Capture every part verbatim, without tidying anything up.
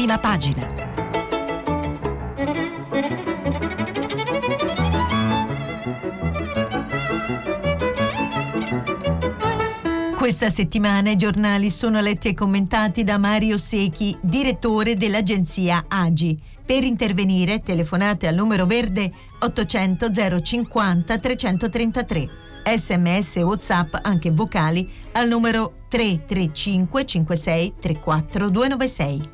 Prima pagina. Questa settimana i giornali sono letti e commentati da Mario Secchi, direttore dell'agenzia A G I. Per intervenire telefonate al numero verde ottocento zero cinquanta trecentotrentatré. Sms e WhatsApp, anche vocali, al numero tre tre cinque cinque sei tre quattro due nove sei.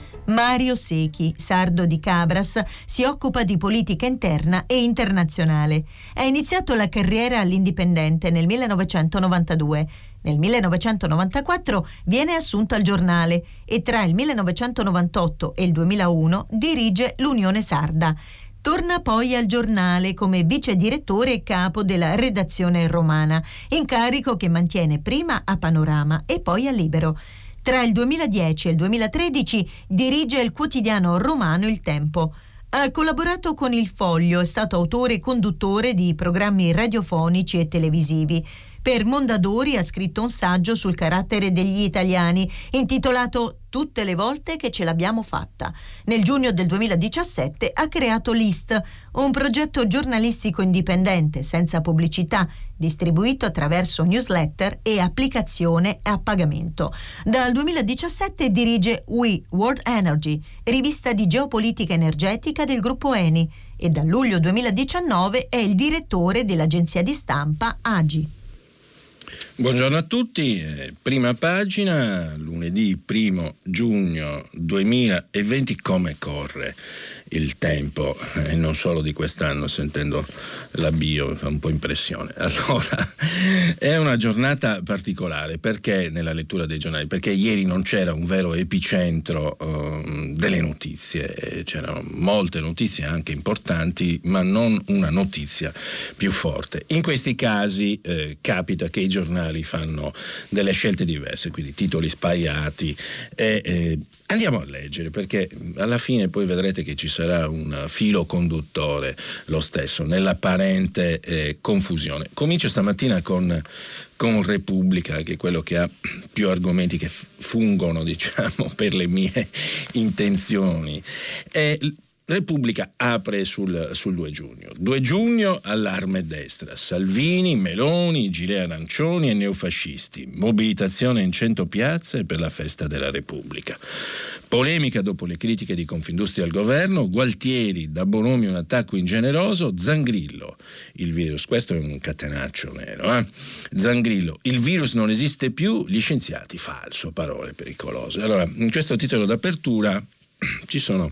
Mario Secchi, sardo di Cabras, si occupa di politica interna e internazionale. Ha iniziato la carriera all'Indipendente nel millenovecentonovantadue. Nel millenovecentonovantaquattro viene assunto al giornale e tra il millenovecentonovantotto e il duemilauno dirige l'Unione Sarda. Torna poi al giornale come vice direttore e capo della redazione romana, incarico che mantiene prima a Panorama e poi a Libero. Tra il duemiladieci e il duemilatredici dirige il quotidiano romano Il Tempo. Ha collaborato con Il Foglio, è stato autore e conduttore di programmi radiofonici e televisivi. Per Mondadori ha scritto un saggio sul carattere degli italiani, intitolato Tutte le volte che ce l'abbiamo fatta. Nel giugno del duemiladiciassette ha creato List, un progetto giornalistico indipendente, senza pubblicità, distribuito attraverso newsletter e applicazione a pagamento. Dal duemiladiciassette dirige We World Energy, rivista di geopolitica energetica del gruppo Eni, e dal luglio duemiladiciannove è il direttore dell'agenzia di stampa A G I. Buongiorno a tutti, eh, prima pagina, lunedì primo giugno duemilaventi. Come corre il tempo, e eh, non solo di quest'anno, sentendo l'avvio mi fa un po' impressione. Allora, è una giornata particolare perché nella lettura dei giornali, perché ieri non c'era un vero epicentro eh, delle notizie, c'erano molte notizie anche importanti, ma non una notizia più forte. In questi casi eh, capita che i giornali fanno delle scelte diverse, quindi titoli spaiati, e eh, andiamo a leggere, perché alla fine poi vedrete che ci sarà un filo conduttore lo stesso nell'apparente eh, confusione. Comincio stamattina con con Repubblica, che è quello che ha più argomenti che fungono, diciamo, per le mie intenzioni. E Repubblica apre sul, sul due giugno. due giugno, allarme destra. Salvini, Meloni, gilet arancioni e neofascisti. Mobilitazione in cento piazze per la festa della Repubblica. Polemica dopo le critiche di Confindustria al governo. Gualtieri, da Bonomi un attacco ingeneroso. Zangrillo, il virus, questo è un catenaccio nero, eh? Zangrillo, il virus non esiste più, gli scienziati, falso, parole pericolose. Allora, in questo titolo d'apertura ci sono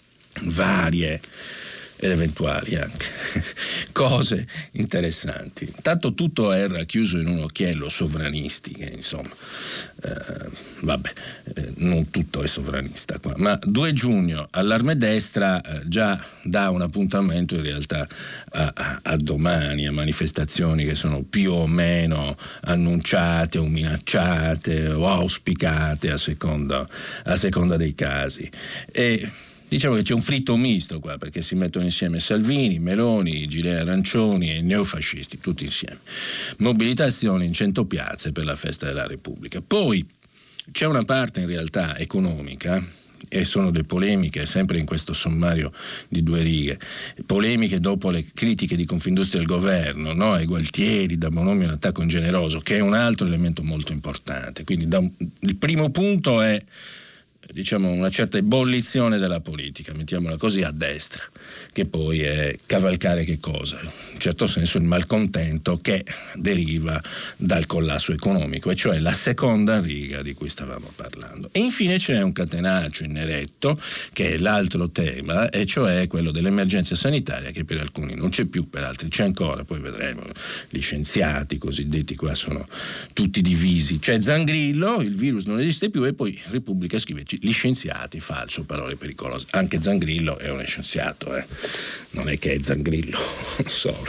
varie ed eventuali anche cose interessanti. Tanto tutto era chiuso in un occhiello sovranistiche, insomma, eh, vabbè, eh, non tutto è sovranista qua, ma due giugno, allarme destra, eh, già dà un appuntamento in realtà a, a, a domani, a manifestazioni che sono più o meno annunciate o minacciate o auspicate a seconda, a seconda dei casi. E diciamo che c'è un fritto misto qua, perché si mettono insieme Salvini, Meloni, gilet arancioni e neofascisti, tutti insieme. Mobilitazione in cento piazze per la festa della Repubblica. Poi c'è una parte in realtà economica, e sono le polemiche, sempre in questo sommario di due righe, polemiche dopo le critiche di Confindustria al governo, no? Ai Gualtieri, da Bonomi un attacco ingeneroso, che è un altro elemento molto importante. Quindi da un, il primo punto è, diciamo, una certa ebollizione della politica, mettiamola così, a destra, che poi è cavalcare che cosa? In un certo senso il malcontento che deriva dal collasso economico, e cioè la seconda riga di cui stavamo parlando. E infine c'è un catenaccio in neretto, che è l'altro tema, e cioè quello dell'emergenza sanitaria, che per alcuni non c'è più, per altri c'è ancora, poi vedremo. Gli scienziati cosiddetti qua sono tutti divisi. C'è Zangrillo, il virus non esiste più, e poi Repubblica scrive gli scienziati, falso, parole pericolose. Anche Zangrillo è uno scienziato, eh. Non è che è Zangrillo solo.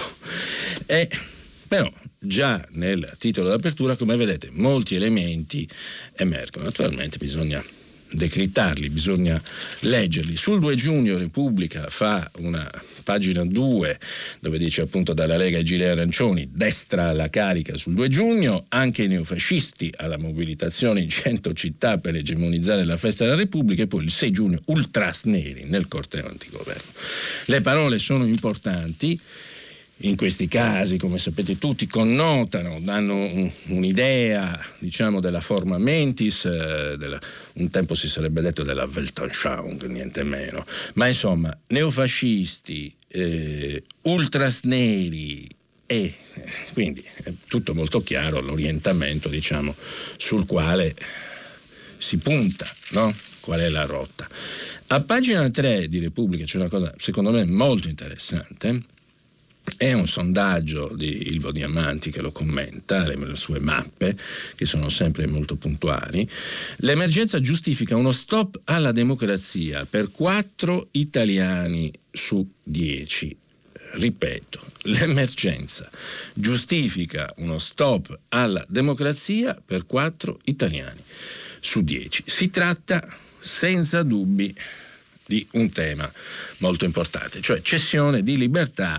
E però già nel titolo d'apertura, come vedete, molti elementi emergono. Naturalmente bisogna decritarli, bisogna leggerli. Sul due giugno Repubblica fa una pagina due dove dice appunto dalla Lega ai gilet arancioni, destra alla carica sul due giugno, anche i neofascisti alla mobilitazione in cento città per egemonizzare la festa della Repubblica, e poi il sei giugno ultras neri nel corteo antigoverno. Le parole sono importanti. In questi casi, come sapete tutti, connotano, danno un, un'idea, diciamo, della forma mentis, eh, della, un tempo si sarebbe detto della Weltanschauung, niente meno. Ma insomma, neofascisti, eh, ultras neri, e quindi è tutto molto chiaro l'orientamento, diciamo, sul quale si punta, no? Qual è la rotta? A pagina tre di Repubblica c'è una cosa, secondo me, molto interessante. È un sondaggio di Ilvo Diamanti che lo commenta, le sue mappe che sono sempre molto puntuali. L'emergenza giustifica uno stop alla democrazia per quattro italiani su dieci. Ripeto, l'emergenza giustifica uno stop alla democrazia per quattro italiani su dieci. Si tratta senza dubbi di un tema molto importante, cioè cessione di libertà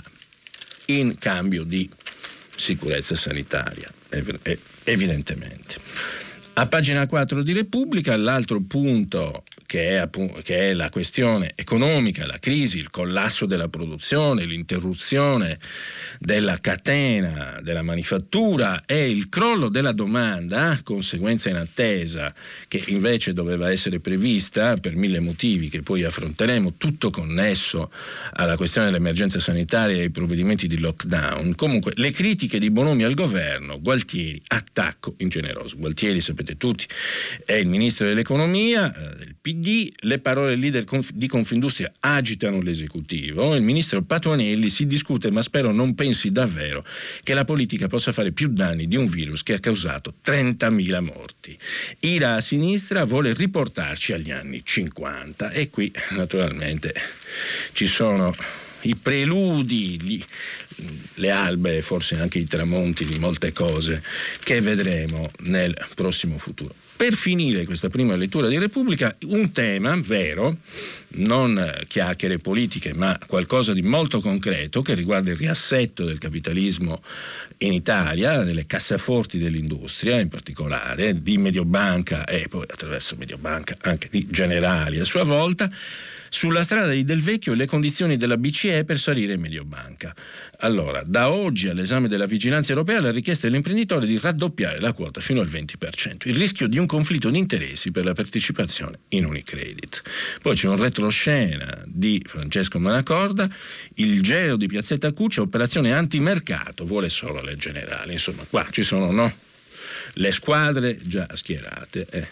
in cambio di sicurezza sanitaria, evidentemente. A pagina quattro di Repubblica, l'altro punto che è, che è la questione economica, la crisi, il collasso della produzione, l'interruzione della catena della manifattura e il crollo della domanda, conseguenza inattesa che invece doveva essere prevista per mille motivi che poi affronteremo, tutto connesso alla questione dell'emergenza sanitaria e ai provvedimenti di lockdown. Comunque le critiche di Bonomi al governo, Gualtieri, attacco ingeneroso. Gualtieri, sapete tutti, è il ministro dell'economia eh, del P D, le parole del leader di Confindustria agitano l'esecutivo, il ministro Patuanelli si discute, ma spero non pensi davvero che la politica possa fare più danni di un virus che ha causato trentamila morti. Ira a sinistra vuole riportarci agli anni cinquanta e qui naturalmente ci sono i preludi, gli, le albe e forse anche i tramonti di molte cose che vedremo nel prossimo futuro. Per finire questa prima lettura di Repubblica, un tema vero, non chiacchiere politiche, ma qualcosa di molto concreto che riguarda il riassetto del capitalismo in Italia, delle cassaforti dell'industria in particolare, di Mediobanca e poi attraverso Mediobanca anche di Generali a sua volta. Sulla strada di Del Vecchio le condizioni della B C E per salire in Mediobanca. Allora, da oggi all'esame della vigilanza europea la richiesta dell'imprenditore di raddoppiare la quota fino al venti per cento. Il rischio di un conflitto di interessi per la partecipazione in Unicredit. Poi c'è un retroscena di Francesco Manacorda, il gelo di Piazzetta Cuccia, operazione antimercato, vuole solo le generali. Insomma, qua ci sono, no? Le squadre già schierate. Eh.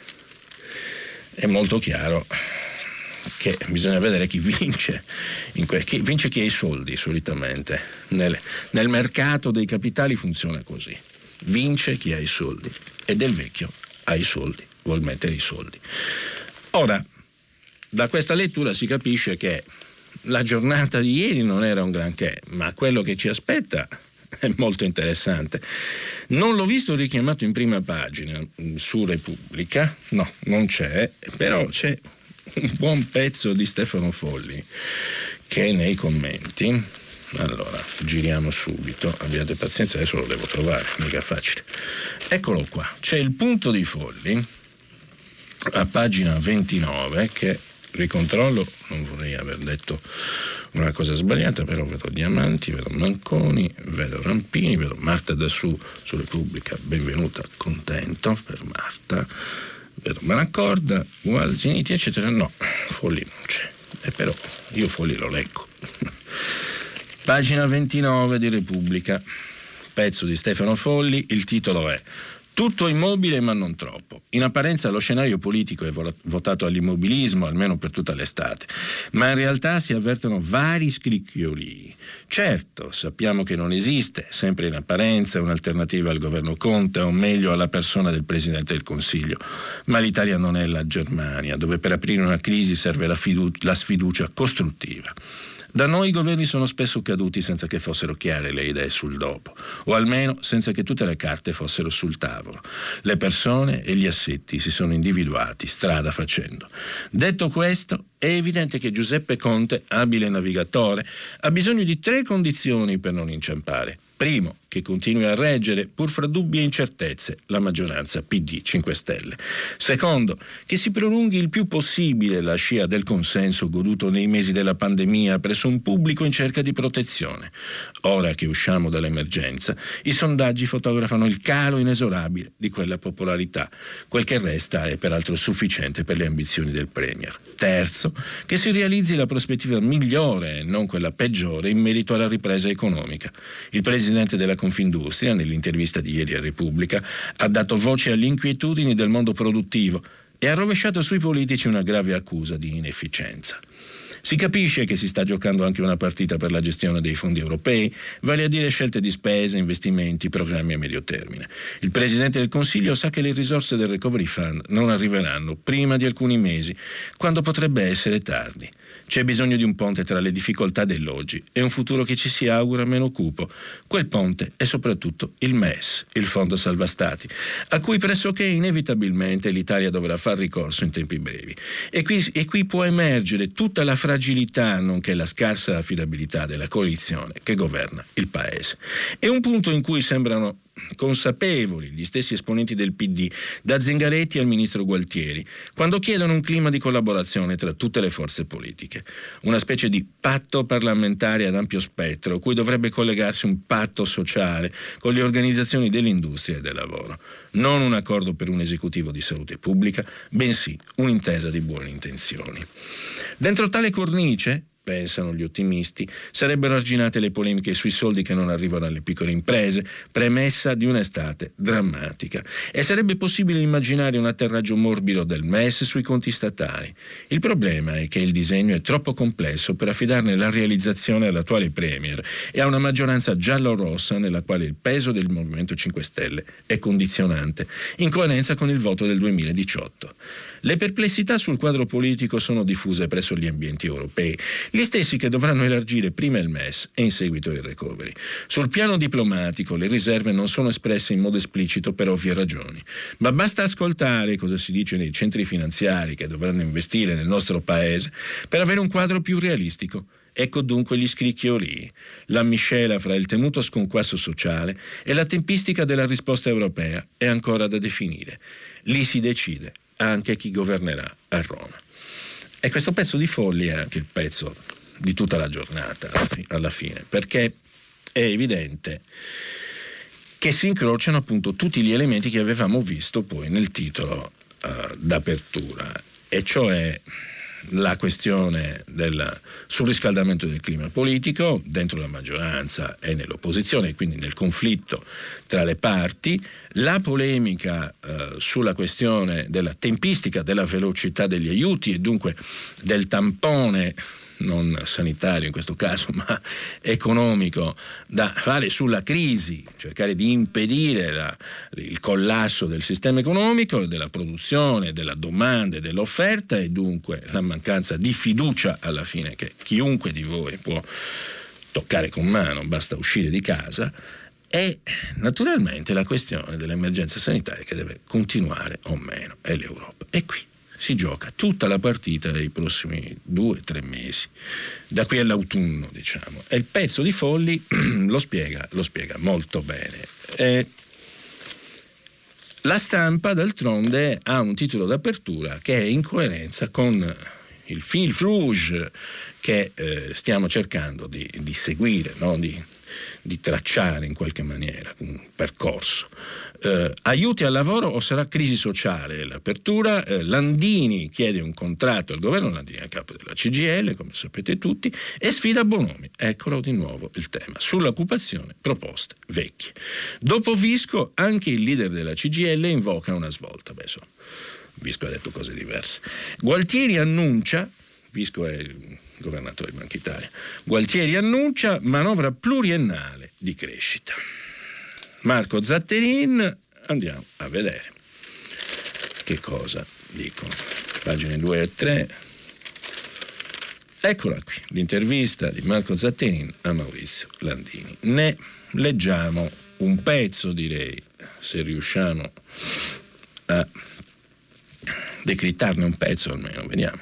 È molto chiaro che bisogna vedere chi vince, in que- chi vince chi ha i soldi solitamente. Nel, nel mercato dei capitali funziona così, vince chi ha i soldi e Del Vecchio ha i soldi, vuol mettere i soldi. Ora, da questa lettura si capisce che la giornata di ieri non era un granché, ma quello che ci aspetta è molto interessante. Non l'ho visto richiamato in prima pagina su Repubblica, no, non c'è, però c'è un buon pezzo di Stefano Folli che nei commenti, allora giriamo subito, abbiate pazienza, adesso lo devo trovare, mica facile, eccolo qua, c'è il punto di Folli a pagina ventinove che ricontrollo, non vorrei aver detto una cosa sbagliata, però vedo Diamanti, vedo Manconi, vedo Rampini, vedo Marta Dassù su Repubblica, benvenuta, contento per Marta, vedo Manacorda, Gualziniti, eccetera. No, Folli non c'è, e però io Folli lo leggo. Pagina ventinove di Repubblica, pezzo di Stefano Folli, il titolo è Tutto immobile ma non troppo. In apparenza lo scenario politico è votato all'immobilismo, almeno per tutta l'estate, ma in realtà si avvertono vari scricchiolii. Certo, sappiamo che non esiste, sempre in apparenza, un'alternativa al governo Conte, o meglio alla persona del Presidente del Consiglio, ma l'Italia non è la Germania, dove per aprire una crisi serve la, fidu- la sfiducia costruttiva. Da noi i governi sono spesso caduti senza che fossero chiare le idee sul dopo, o almeno senza che tutte le carte fossero sul tavolo. tavolo. Le persone e gli assetti si sono individuati strada facendo. Detto questo, è evidente che Giuseppe Conte, abile navigatore, ha bisogno di tre condizioni per non inciampare. Primo, che continui a reggere, pur fra dubbi e incertezze, la maggioranza P D cinque Stelle. Secondo, che si prolunghi il più possibile la scia del consenso goduto nei mesi della pandemia presso un pubblico in cerca di protezione. Ora che usciamo dall'emergenza, i sondaggi fotografano il calo inesorabile di quella popolarità. Quel che resta è peraltro sufficiente per le ambizioni del Premier. Terzo, che si realizzi la prospettiva migliore e non quella peggiore in merito alla ripresa economica. Il presidente della Confindustria, nell'intervista di ieri a Repubblica, ha dato voce alle inquietudini del mondo produttivo e ha rovesciato sui politici una grave accusa di inefficienza. Si capisce che si sta giocando anche una partita per la gestione dei fondi europei, vale a dire scelte di spese, investimenti, programmi a medio termine. Il Presidente del Consiglio sa che le risorse del Recovery Fund non arriveranno prima di alcuni mesi, quando potrebbe essere tardi. C'è bisogno di un ponte tra le difficoltà dell'oggi e un futuro che ci si augura meno cupo. Quel ponte è soprattutto il M E S, il Fondo Salva Stati, a cui pressoché inevitabilmente l'Italia dovrà far ricorso in tempi brevi. E qui, e qui può emergere tutta la fragilità nonché la scarsa affidabilità della coalizione che governa il Paese. È un punto in cui sembrano consapevoli gli stessi esponenti del P D, da Zingaretti al ministro Gualtieri, quando chiedono un clima di collaborazione tra tutte le forze politiche, una specie di patto parlamentare ad ampio spettro, cui dovrebbe collegarsi un patto sociale con le organizzazioni dell'industria e del lavoro. Non un accordo per un esecutivo di salute pubblica, bensì un'intesa di buone intenzioni. Dentro tale cornice, pensano gli ottimisti, sarebbero arginate le polemiche sui soldi che non arrivano alle piccole imprese, premessa di un'estate drammatica, e sarebbe possibile immaginare un atterraggio morbido del M E S sui conti statali. Il problema è che il disegno è troppo complesso per affidarne la realizzazione all'attuale Premier e a una maggioranza giallo-rossa nella quale il peso del Movimento cinque Stelle è condizionante, in coerenza con il voto del duemiladiciotto. Le perplessità sul quadro politico sono diffuse presso gli ambienti europei, gli stessi che dovranno elargire prima il M E S e in seguito il recovery. Sul piano diplomatico le riserve non sono espresse in modo esplicito per ovvie ragioni, ma basta ascoltare cosa si dice nei centri finanziari che dovranno investire nel nostro paese per avere un quadro più realistico. Ecco dunque gli scricchiolii, la miscela fra il temuto sconquasso sociale e la tempistica della risposta europea è ancora da definire. Lì si decide anche chi governerà a Roma. E questo pezzo di Folli è anche il pezzo di tutta la giornata alla fine, perché è evidente che si incrociano appunto tutti gli elementi che avevamo visto poi nel titolo uh, d'apertura, e cioè la questione del surriscaldamento del clima politico dentro la maggioranza e nell'opposizione, e quindi nel conflitto tra le parti, la polemica eh, sulla questione della tempistica, della velocità degli aiuti e dunque del tampone non sanitario in questo caso, ma economico, da fare sulla crisi, cercare di impedire la, il collasso del sistema economico, della produzione, della domanda e dell'offerta, e dunque la mancanza di fiducia alla fine che chiunque di voi può toccare con mano, basta uscire di casa, e naturalmente la questione dell'emergenza sanitaria che deve continuare o meno, è l'Europa. E qui si gioca tutta la partita dei prossimi due o tre mesi, da qui all'autunno, diciamo. E il pezzo di Folli lo spiega, lo spiega molto bene. E la Stampa, d'altronde, ha un titolo d'apertura che è in coerenza con il fil rouge che eh, stiamo cercando di, di seguire, no? di, di tracciare in qualche maniera un percorso. Eh, aiuti al lavoro o sarà crisi sociale? L'apertura. eh, Landini chiede un contratto al governo, Landini è il capo della C G I L, come sapete tutti, e sfida Bonomi. Eccolo di nuovo il tema. Sull'occupazione, proposte vecchie. Dopo Visco, anche il leader della C G I L invoca una svolta. Beh, so, Visco ha detto cose diverse. Gualtieri annuncia, Visco è il governatore di Banca Italia, Gualtieri annuncia manovra pluriennale di crescita. Marco Zatterin, andiamo a vedere che cosa dicono. Pagine due e tre. Eccola qui, l'intervista di Marco Zatterin a Maurizio Landini. Ne leggiamo un pezzo, direi, se riusciamo a decrittarne un pezzo almeno, vediamo.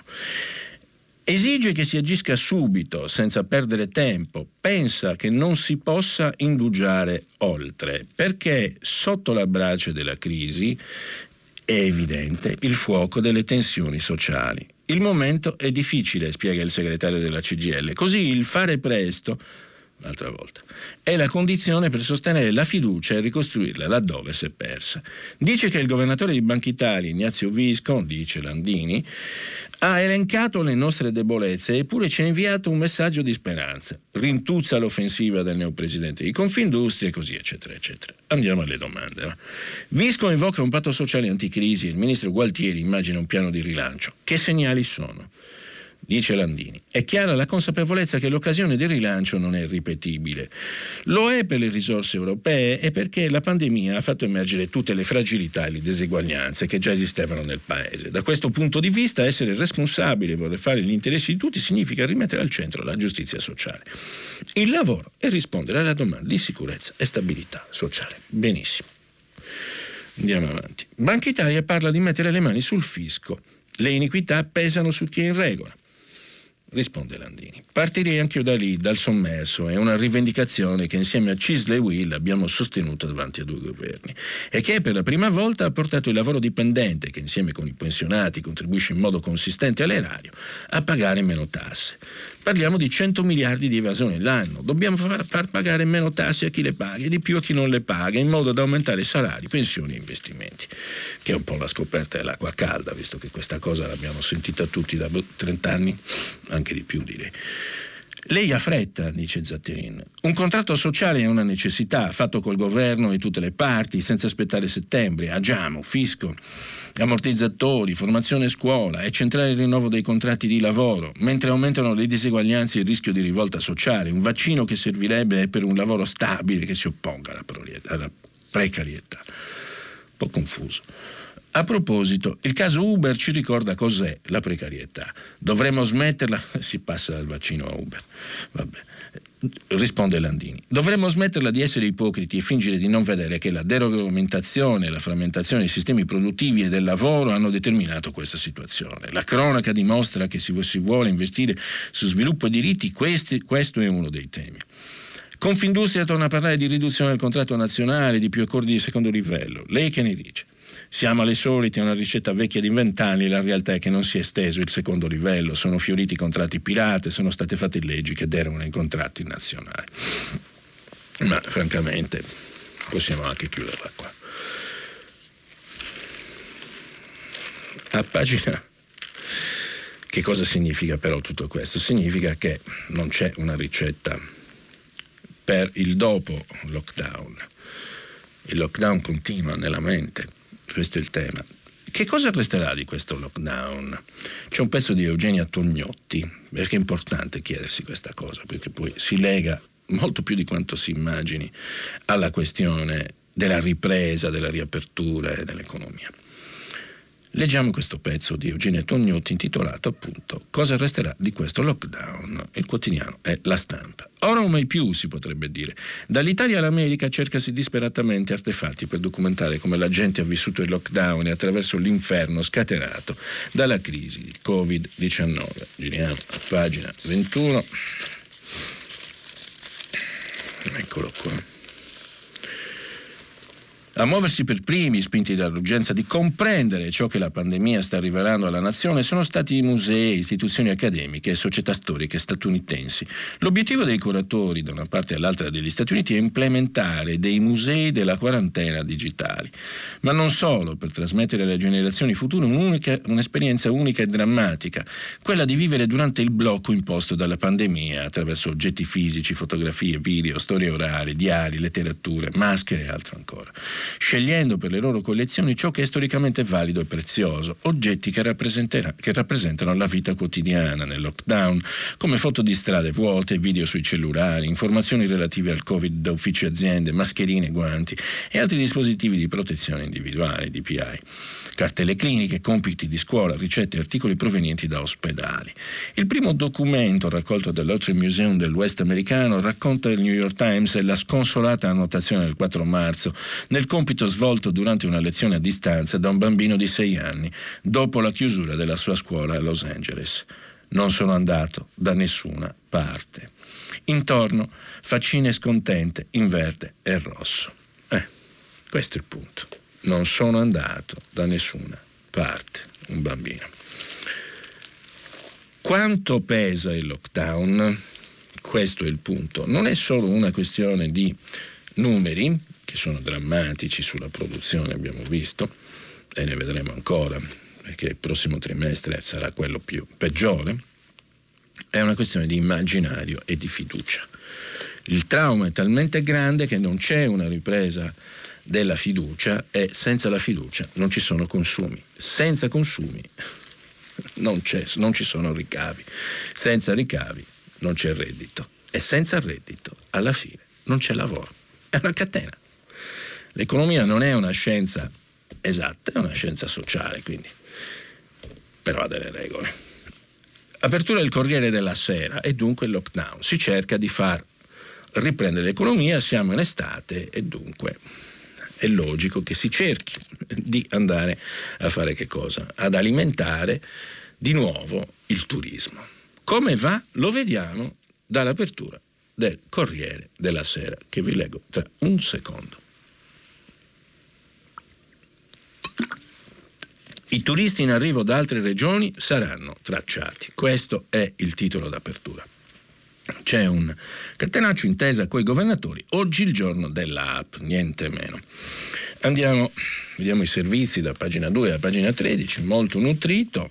Esige che si agisca subito, senza perdere tempo, pensa che non si possa indugiare oltre, perché sotto la brace della crisi è evidente il fuoco delle tensioni sociali. Il momento è difficile, spiega il segretario della C G I L, così il fare presto, un'altra volta, è la condizione per sostenere la fiducia e ricostruirla laddove si è persa. Dice che il governatore di Banca Italia, Ignazio Visco, dice Landini, ha elencato le nostre debolezze eppure ci ha inviato un messaggio di speranza. Rintuzza l'offensiva del neopresidente di Confindustria e così eccetera eccetera. Andiamo alle domande. No? Visco invoca un patto sociale anticrisi e il ministro Gualtieri immagina un piano di rilancio. Che segnali sono? Dice Landini, è chiara la consapevolezza che l'occasione del rilancio non è ripetibile. Lo è per le risorse europee e perché la pandemia ha fatto emergere tutte le fragilità e le diseguaglianze che già esistevano nel Paese. Da questo punto di vista essere responsabili e voler fare gli interessi di tutti significa rimettere al centro la giustizia sociale, il lavoro e rispondere alla domanda di sicurezza e stabilità sociale. Benissimo. Andiamo avanti. Banca Italia parla di mettere le mani sul fisco. Le iniquità pesano su chi è in regola. Risponde Landini. Partirei anch'io da lì, dal sommerso. È una rivendicazione che insieme a Cisle e Will abbiamo sostenuto davanti a due governi e che per la prima volta ha portato il lavoro dipendente, che insieme con i pensionati contribuisce in modo consistente all'erario, a pagare meno tasse. Parliamo di cento miliardi di evasione l'anno. Dobbiamo far, far pagare meno tasse a chi le paga e di più a chi non le paga, in modo da aumentare salari, pensioni e investimenti. Che è un po' la scoperta dell'acqua calda, visto che questa cosa l'abbiamo sentita tutti da trenta anni, anche di più direi. Lei ha fretta, dice Zatterin. Un contratto sociale è una necessità, fatto col governo e tutte le parti, senza aspettare settembre. Agiamo, fisco, ammortizzatori, formazione scuola, è centrale il rinnovo dei contratti di lavoro, mentre aumentano le diseguaglianze e il rischio di rivolta sociale. Un vaccino che servirebbe per un lavoro stabile che si opponga alla, alla precarietà. Un po' confuso. A proposito, il caso Uber ci ricorda cos'è la precarietà. Dovremmo smetterla, si passa dal vaccino a Uber, vabbè. Risponde Landini. Dovremmo smetterla di essere ipocriti e fingere di non vedere che la deregolamentazione e la frammentazione dei sistemi produttivi e del lavoro hanno determinato questa situazione. La cronaca dimostra che se si vuole investire su sviluppo e diritti, questi, questo è uno dei temi. Confindustria torna a parlare di riduzione del contratto nazionale, di più accordi di secondo livello. Lei che ne dice? Siamo alle solite, è una ricetta vecchia di vent'anni, la realtà è che non si è esteso il secondo livello, sono fioriti i contratti pirate, sono state fatte leggi che derogano ai contratti nazionali. Ma francamente possiamo anche chiuderla qua. A pagina. Che cosa significa però tutto questo? Significa che non c'è una ricetta per il dopo lockdown. Il lockdown continua nella mente. Questo è il tema. Che cosa resterà di questo lockdown? C'è un pezzo di Eugenia Tognotti, perché è importante chiedersi questa cosa, perché poi si lega molto più di quanto si immagini alla questione della ripresa, della riapertura e dell'economia. Leggiamo questo pezzo di Eugenia Tognotti intitolato appunto Cosa resterà di questo lockdown? Il quotidiano è La Stampa. Ora o mai più, si potrebbe dire. Dall'Italia all'America cercasi disperatamente artefatti per documentare come la gente ha vissuto il lockdown e attraverso l'inferno scatenato dalla crisi di covid diciannove. Giriamo a pagina ventuno. Eccolo qua. A muoversi per primi, spinti dall'urgenza di comprendere ciò che la pandemia sta rivelando alla nazione, sono stati i musei, istituzioni accademiche e società storiche statunitensi. L'obiettivo dei curatori, da una parte all'altra degli Stati Uniti, è implementare dei musei della quarantena digitali. Ma non solo, per trasmettere alle generazioni future un'unica, un'esperienza unica e drammatica, quella di vivere durante il blocco imposto dalla pandemia attraverso oggetti fisici, fotografie, video, storie orali, diari, letterature, maschere e altro ancora. Scegliendo per le loro collezioni ciò che è storicamente valido e prezioso, oggetti che, che rappresentano la vita quotidiana nel lockdown, come foto di strade vuote, video sui cellulari, informazioni relative al Covid da uffici e aziende, mascherine, guanti e altri dispositivi di protezione individuale, D P I. cartelle cliniche, compiti di scuola, ricette e articoli provenienti da ospedali. Il primo documento raccolto dall'Autry Museum del West americano racconta il New York Times la sconsolata annotazione del quattro marzo nel compito svolto durante una lezione a distanza da un bambino di sei anni dopo la chiusura della sua scuola a Los Angeles. Non sono andato da nessuna parte. Intorno faccine scontente in verde e rosso. Eh, questo è il punto. Non sono andato da nessuna parte. Un bambino. Quanto pesa il lockdown? Questo è il punto. Non è solo una questione di numeri, che sono drammatici sulla produzione, abbiamo visto, e ne vedremo ancora, perché il prossimo trimestre sarà quello più peggiore. È una questione di immaginario e di fiducia. Il trauma è talmente grande che non c'è una ripresa della fiducia e senza la fiducia non ci sono consumi. Senza consumi non, c'è, non ci sono ricavi. Senza ricavi non c'è reddito. E senza reddito, alla fine, non c'è lavoro. È una catena. L'economia non è una scienza esatta, è una scienza sociale, quindi però ha delle regole. Apertura del Corriere della Sera e dunque il lockdown. Si cerca di far riprendere l'economia, siamo in estate e dunque è logico che si cerchi di andare a fare che cosa? Ad alimentare di nuovo il turismo. Come va? Lo vediamo dall'apertura del Corriere della Sera, che vi leggo tra un secondo. I turisti in arrivo da altre regioni saranno tracciati. Questo è il titolo d'apertura. C'è un catenaccio intesa coi governatori. Oggi il giorno dell'app, niente meno. Andiamo, vediamo i servizi da pagina due a pagina tredici, molto nutrito.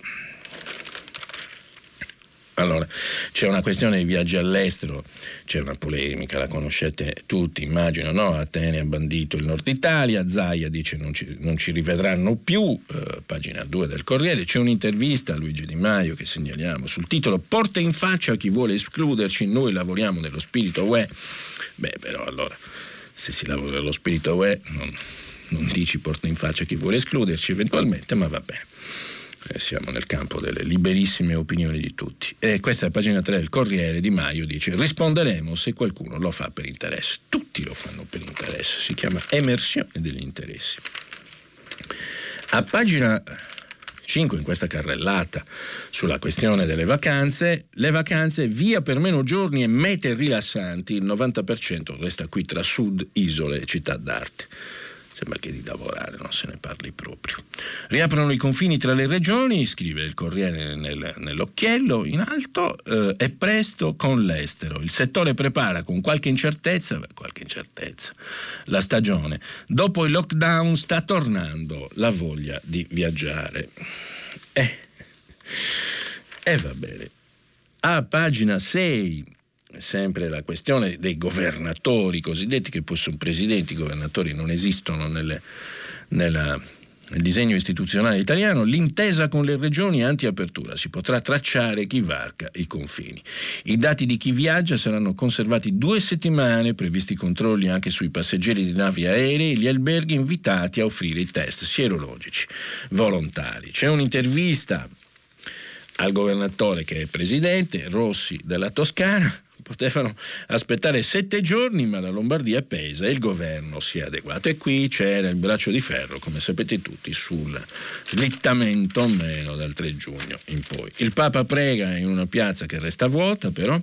Allora, c'è una questione di viaggi all'estero, c'è una polemica, la conoscete tutti, immagino, no? Atene ha bandito il Nord Italia, Zaia dice non ci, non ci rivedranno più, eh, pagina due del Corriere, c'è un'intervista a Luigi Di Maio che segnaliamo sul titolo "Porta in faccia a chi vuole escluderci, noi lavoriamo nello spirito U E". Beh, però allora, se si lavora nello spirito U E, non, non dici porta in faccia a chi vuole escluderci eventualmente, ma va bene. Eh, siamo nel campo delle liberissime opinioni di tutti. E questa è la pagina tre del Corriere. Di Maio dice: risponderemo se qualcuno lo fa per interesse. Tutti lo fanno per interesse, si chiama emersione degli interessi. A pagina cinque, in questa carrellata sulla questione delle vacanze, le vacanze via per meno giorni e mete rilassanti, il novanta per cento resta qui tra sud, isole e città d'arte. Sembra che di lavorare non se ne parli proprio. Riaprono i confini tra le regioni, scrive il Corriere nel, nell'occhiello in alto, eh, è presto con l'estero. Il settore prepara con qualche incertezza, qualche incertezza, la stagione. Dopo il lockdown sta tornando la voglia di viaggiare. Eh, eh va bene. A pagina sei, sempre la questione dei governatori cosiddetti, che poi sono presidenti, i governatori non esistono nelle, nella, nel disegno istituzionale italiano. L'intesa con le regioni anti-apertura, si potrà tracciare chi varca i confini. I dati di chi viaggia saranno conservati due settimane, previsti controlli anche sui passeggeri di navi aeree e gli alberghi invitati a offrire i test sierologici volontari. C'è un'intervista al governatore che è presidente, Rossi della Toscana. Potevano aspettare sette giorni, ma la Lombardia pesa e il governo si è adeguato. E qui c'era il braccio di ferro, come sapete tutti, sul slittamento o meno dal tre giugno in poi. Il Papa prega in una piazza che resta vuota, però.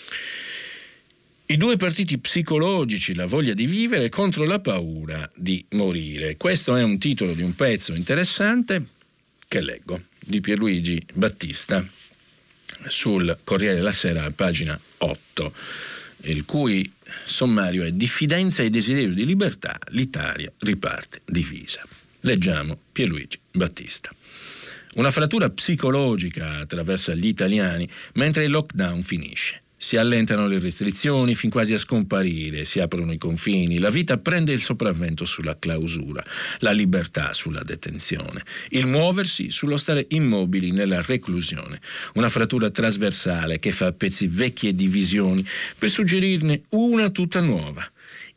I due partiti psicologici, la voglia di vivere contro la paura di morire. Questo è un titolo di un pezzo interessante che leggo, di Pierluigi Battista, sul Corriere della Sera, pagina otto, il cui sommario è: diffidenza e desiderio di libertà, l'Italia riparte divisa. Leggiamo Pierluigi Battista. Una frattura psicologica attraversa gli italiani mentre il lockdown finisce. Si allentano le restrizioni fin quasi a scomparire, si aprono i confini, la vita prende il sopravvento sulla clausura, la libertà sulla detenzione, il muoversi sullo stare immobili nella reclusione. Una frattura trasversale che fa a pezzi vecchie divisioni per suggerirne una tutta nuova.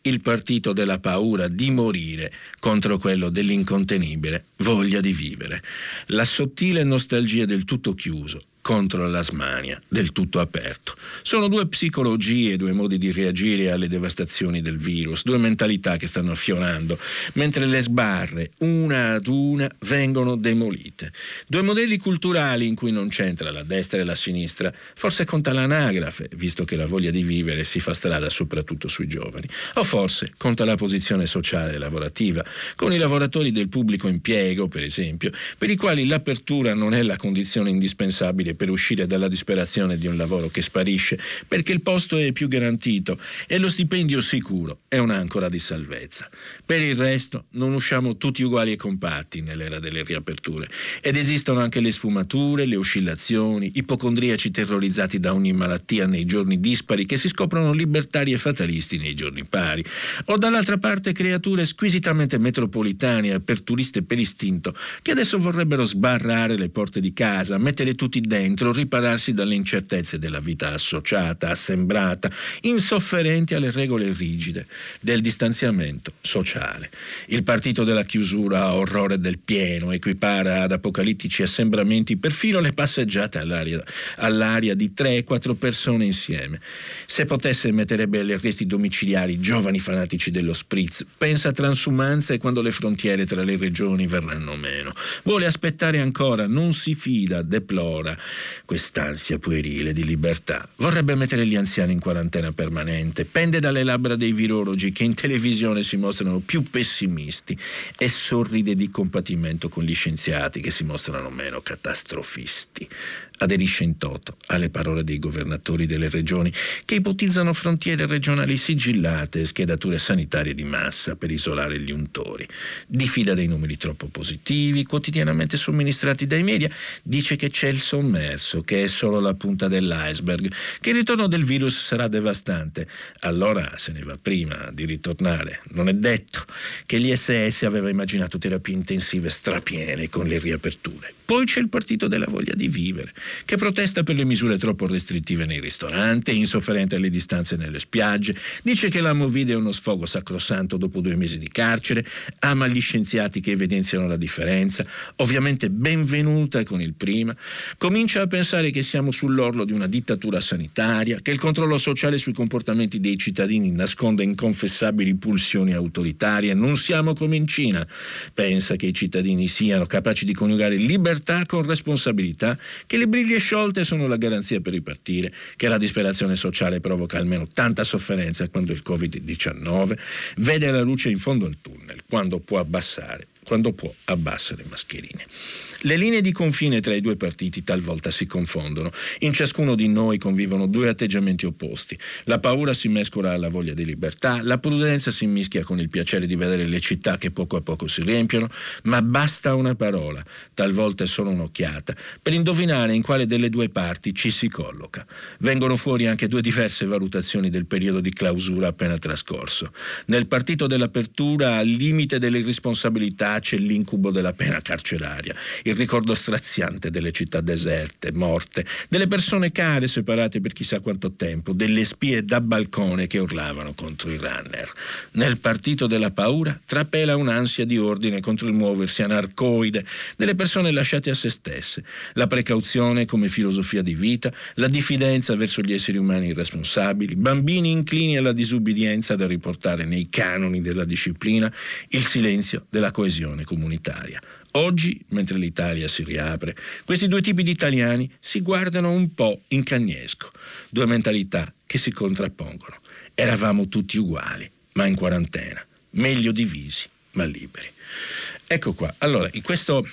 il partito della paura di morire contro quello dell'incontenibile voglia di vivere, la sottile nostalgia del tutto chiuso contro la smania del tutto aperto. Sono due psicologie, due modi di reagire alle devastazioni del virus, due mentalità che stanno affiorando, mentre le sbarre, una ad una, vengono demolite. Due modelli culturali in cui non c'entra la destra e la sinistra, forse conta l'anagrafe, visto che la voglia di vivere si fa strada soprattutto sui giovani, o forse conta la posizione sociale e lavorativa, con i lavoratori del pubblico impiego, per esempio, per i quali l'apertura non è la condizione indispensabile per uscire dalla disperazione di un lavoro che sparisce, perché il posto è più garantito e lo stipendio sicuro è un'ancora di salvezza. Per il resto non usciamo tutti uguali e compatti nell'era delle riaperture, ed esistono anche le sfumature, le oscillazioni, ipocondriaci terrorizzati da ogni malattia nei giorni dispari che si scoprono libertari e fatalisti nei giorni pari, o dall'altra parte creature squisitamente metropolitane e aperturiste per istinto che adesso vorrebbero sbarrare le porte di casa, mettere tutti dentro, ripararsi dalle incertezze della vita associata, assembrata, insofferenti alle regole rigide del distanziamento sociale. Il partito della chiusura ha orrore del pieno, equipara ad apocalittici assembramenti perfino le passeggiate all'aria, all'aria di tre quattro persone insieme. Se potesse metterebbe agli arresti domiciliari giovani fanatici dello spritz, pensa a transumanze quando le frontiere tra le regioni verranno meno. Vuole aspettare ancora, non si fida, deplora quest'ansia puerile di libertà. Vorrebbe mettere gli anziani in quarantena permanente, pende dalle labbra dei virologi che in televisione si mostrano più pessimisti e sorride di compatimento con gli scienziati che si mostrano meno catastrofisti. Aderisce in toto alle parole dei governatori delle regioni che ipotizzano frontiere regionali sigillate e schedature sanitarie di massa per isolare gli untori. Diffida dei numeri troppo positivi, quotidianamente somministrati dai media, dice che c'è il sommerso, che è solo la punta dell'iceberg, che il ritorno del virus sarà devastante. Allora se ne va prima di ritornare. Non è detto che l'I S S aveva immaginato terapie intensive strapiene con le riaperture. Poi c'è il partito della voglia di vivere, che protesta per le misure troppo restrittive nei ristoranti, insofferente alle distanze nelle spiagge, dice che la Movida è uno sfogo sacrosanto dopo due mesi di carcere, ama gli scienziati che evidenziano la differenza, ovviamente benvenuta con il prima, comincia a pensare che siamo sull'orlo di una dittatura sanitaria, che il controllo sociale sui comportamenti dei cittadini nasconde inconfessabili pulsioni autoritarie, non siamo come in Cina, pensa che i cittadini siano capaci di coniugare libertà con responsabilità, che le briglie sciolte sono la garanzia per ripartire, che la disperazione sociale provoca almeno tanta sofferenza quando il covid diciannove vede la luce in fondo al tunnel, quando può abbassare, quando può abbassa le mascherine. Le linee di confine tra i due partiti talvolta si confondono. In ciascuno di noi convivono due atteggiamenti opposti. La paura si mescola alla voglia di libertà, la prudenza si mischia con il piacere di vedere le città che poco a poco si riempiono, ma basta una parola, talvolta è solo un'occhiata, per indovinare in quale delle due parti ci si colloca. Vengono fuori anche due diverse valutazioni del periodo di clausura appena trascorso. Nel partito dell'apertura, al limite delle responsabilità, c'è l'incubo della pena carceraria, il ricordo straziante delle città deserte, morte, delle persone care separate per chissà quanto tempo, delle spie da balcone che urlavano contro i runner. Nel partito della paura trapela un'ansia di ordine contro il muoversi anarcoide delle persone lasciate a se stesse, la precauzione come filosofia di vita, la diffidenza verso gli esseri umani irresponsabili, bambini inclini alla disubbidienza da riportare nei canoni della disciplina, il silenzio della coesione comunitaria. Oggi, mentre l'Italia si riapre, questi due tipi di italiani si guardano un po' in cagnesco, due mentalità che si contrappongono. Eravamo tutti uguali, ma in quarantena, meglio divisi, ma liberi. Ecco qua, allora, in questo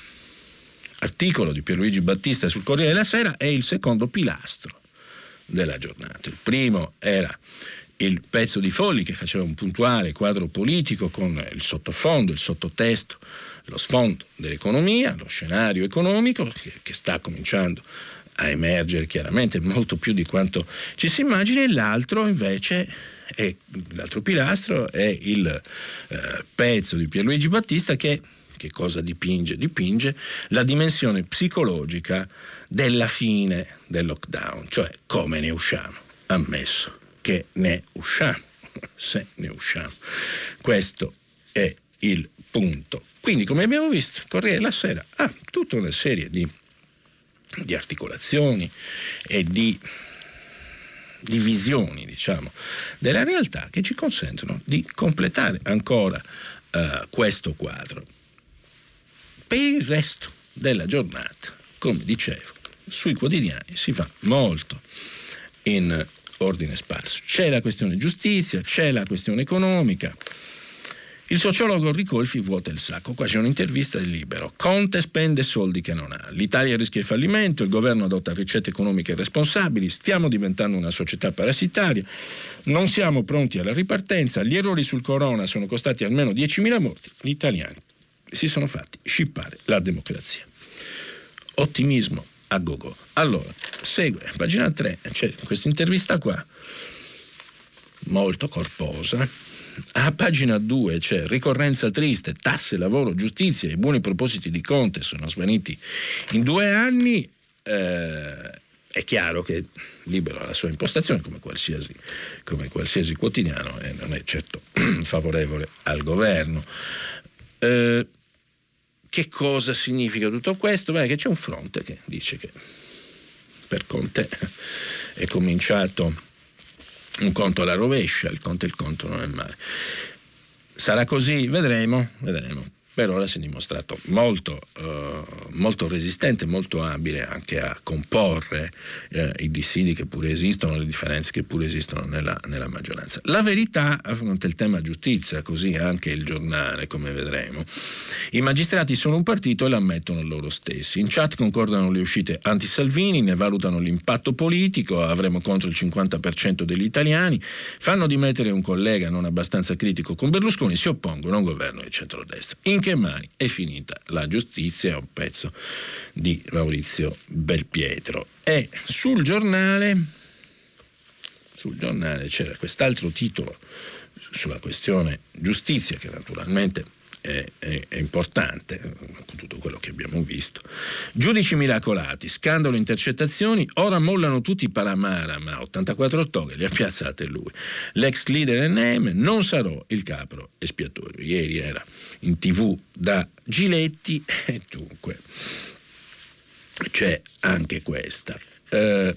articolo di Pierluigi Battista sul Corriere della Sera è il secondo pilastro della giornata. Il primo era il pezzo di Folli che faceva un puntuale quadro politico con il sottofondo, il sottotesto, lo sfondo dell'economia, lo scenario economico che, che sta cominciando a emergere chiaramente molto più di quanto ci si immagini, e l'altro invece è, l'altro pilastro è il eh, pezzo di Pierluigi Battista che che cosa dipinge? Dipinge la dimensione psicologica della fine del lockdown, cioè come ne usciamo, ammesso che ne usciamo. se ne usciamo. Questo è il punto. Quindi, come abbiamo visto, Corriere della Sera ha tutta una serie di, di articolazioni e di, di visioni, diciamo, della realtà che ci consentono di completare ancora uh, questo quadro. Per il resto della giornata, come dicevo, sui quotidiani si fa molto in ordine sparso. C'è la questione giustizia, c'è la questione economica. Il sociologo Ricolfi vuota il sacco. Qua c'è un'intervista del Libero. Conte spende soldi che non ha. L'Italia rischia il fallimento, il governo adotta ricette economiche irresponsabili, stiamo diventando una società parassitaria, non siamo pronti alla ripartenza, gli errori sul corona sono costati almeno diecimila morti, gli italiani si sono fatti scippare la democrazia. Ottimismo a gogo. Allora, segue, pagina tre, c'è questa intervista qua, molto corposa. A pagina due c'è ricorrenza triste, tasse, lavoro, giustizia, i buoni propositi di Conte sono svaniti in due anni. Eh, è chiaro che Libero ha la sua impostazione come qualsiasi, come qualsiasi quotidiano e non è certo favorevole al governo. Eh, che cosa significa tutto questo? Beh, che c'è un fronte che dice che per Conte è cominciato un conto alla rovescia, il conto e il conto non è male. Sarà così? Vedremo, vedremo. Per ora si è dimostrato molto, eh, molto resistente, molto abile anche a comporre eh, i dissidi che pure esistono, le differenze che pure esistono nella, nella maggioranza. La verità affronta il tema giustizia, così anche il Giornale, come vedremo. I magistrati sono un partito e l'ammettono loro stessi. In chat concordano le uscite anti-Salvini, ne valutano l'impatto politico, avremo contro il cinquanta per cento degli italiani, fanno dimettere un collega non abbastanza critico con Berlusconi, si oppongono a un governo di centrodestra. In che mani è finita la giustizia? È un pezzo di Maurizio Belpietro. E sul giornale sul giornale c'era quest'altro titolo sulla questione giustizia che naturalmente è, è, è importante con tutto quello che abbiamo visto. Giudici miracolati, scandalo intercettazioni, ora mollano tutti Palamara, ma ottantaquattro toghe le ha piazzate lui. L'ex leader N M, non sarò il capro espiatorio. Ieri era in tv da Giletti e dunque c'è anche questa. Eh,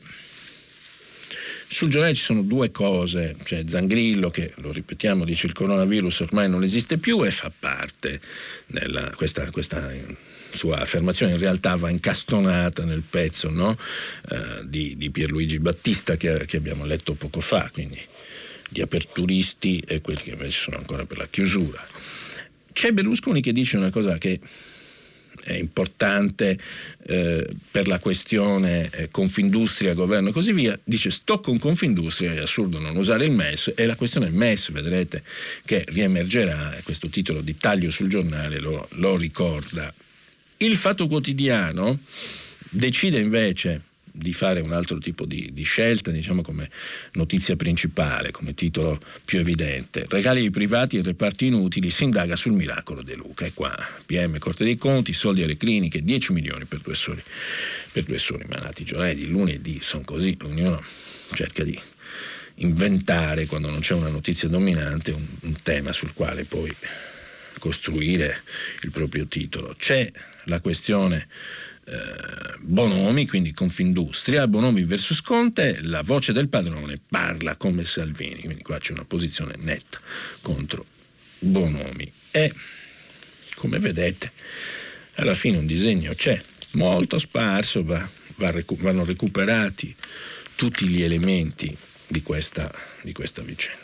sul giornale ci sono due cose, c'è Zangrillo che, lo ripetiamo, dice il coronavirus ormai non esiste più e fa parte della, questa, questa sua affermazione in realtà va incastonata nel pezzo, no? eh, di, di Pierluigi Battista che, che abbiamo letto poco fa, quindi gli aperturisti e quelli che invece sono ancora per la chiusura. C'è Berlusconi che dice una cosa che è importante eh, per la questione eh, Confindustria, governo e così via, dice sto con Confindustria, è assurdo non usare il M E S, e la questione M E S vedrete che riemergerà, e questo titolo di taglio sul giornale lo, lo ricorda. Il Fatto Quotidiano decide invece di fare un altro tipo di, di scelta, diciamo come notizia principale, come titolo più evidente. Regali ai privati e reparti inutili, si indaga sul miracolo De Luca. E qua P M, Corte dei Conti, soldi alle cliniche, dieci milioni per due soli, per due soli malati. I giornali di lunedì sono così, ognuno cerca di inventare, quando non c'è una notizia dominante, un, un tema sul quale poi costruire il proprio titolo. C'è la questione Eh, Bonomi, quindi Confindustria, Bonomi versus Conte, la voce del padrone parla come Salvini, quindi qua c'è una posizione netta contro Bonomi e come vedete alla fine un disegno c'è, molto sparso, va, va recu- vanno recuperati tutti gli elementi di questa, di questa vicenda.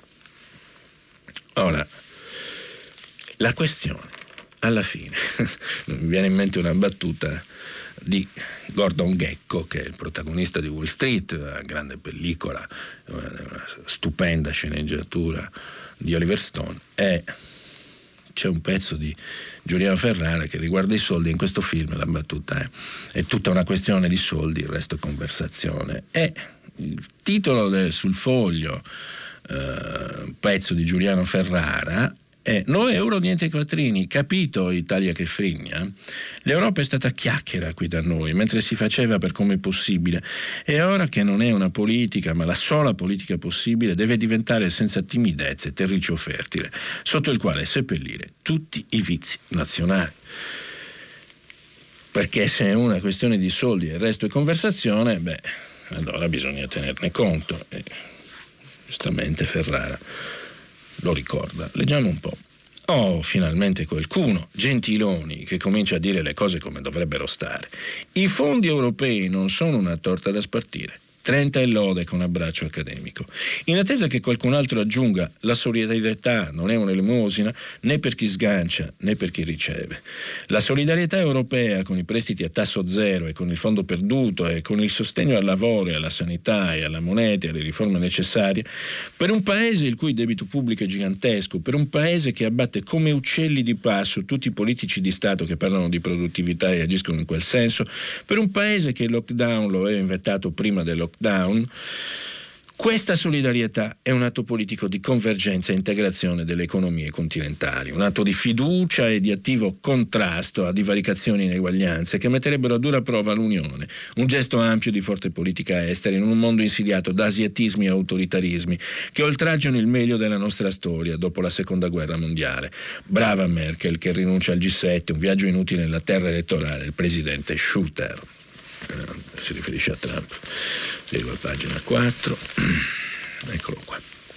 Ora, la questione alla fine mi viene in mente una battuta di Gordon Gekko, che è il protagonista di Wall Street, una grande pellicola, una stupenda sceneggiatura di Oliver Stone, e c'è un pezzo di Giuliano Ferrara che riguarda i soldi. In questo film la battuta è è tutta una questione di soldi, il resto è conversazione. E il titolo del, sul foglio, eh, un pezzo di Giuliano Ferrara, Eh, no euro, niente quattrini, capito Italia che frigna? L'Europa è stata chiacchiera qui da noi, mentre si faceva per come è possibile, e ora che non è una politica, ma la sola politica possibile, deve diventare senza timidezze terriccio fertile, sotto il quale seppellire tutti i vizi nazionali. Perché se è una questione di soldi e il resto è conversazione, beh, allora bisogna tenerne conto, e giustamente Ferrara lo ricorda. Leggiamo un po'. Oh, finalmente qualcuno, Gentiloni, che comincia a dire le cose come dovrebbero stare. I fondi europei non sono una torta da spartire. trenta e lode con abbraccio accademico. In attesa che qualcun altro aggiunga, la solidarietà non è un'elemosina né per chi sgancia né per chi riceve. La solidarietà europea con i prestiti a tasso zero e con il fondo perduto e con il sostegno al lavoro e alla sanità e alla moneta e alle riforme necessarie, per un paese il cui debito pubblico è gigantesco, per un paese che abbatte come uccelli di passo tutti i politici di Stato che parlano di produttività e agiscono in quel senso, per un paese che il lockdown lo aveva inventato prima del lockdown, Down. Questa solidarietà è un atto politico di convergenza e integrazione delle economie continentali, un atto di fiducia e di attivo contrasto a divaricazioni e ineguaglianze che metterebbero a dura prova l'Unione, un gesto ampio di forte politica estera in un mondo insidiato da asiatismi e autoritarismi che oltraggiano il meglio della nostra storia dopo la seconda guerra mondiale. Brava Merkel che rinuncia al G sette, un viaggio inutile nella terra elettorale del presidente Schutter. Si riferisce a Trump. Seguo a pagina quattro, eccolo qua.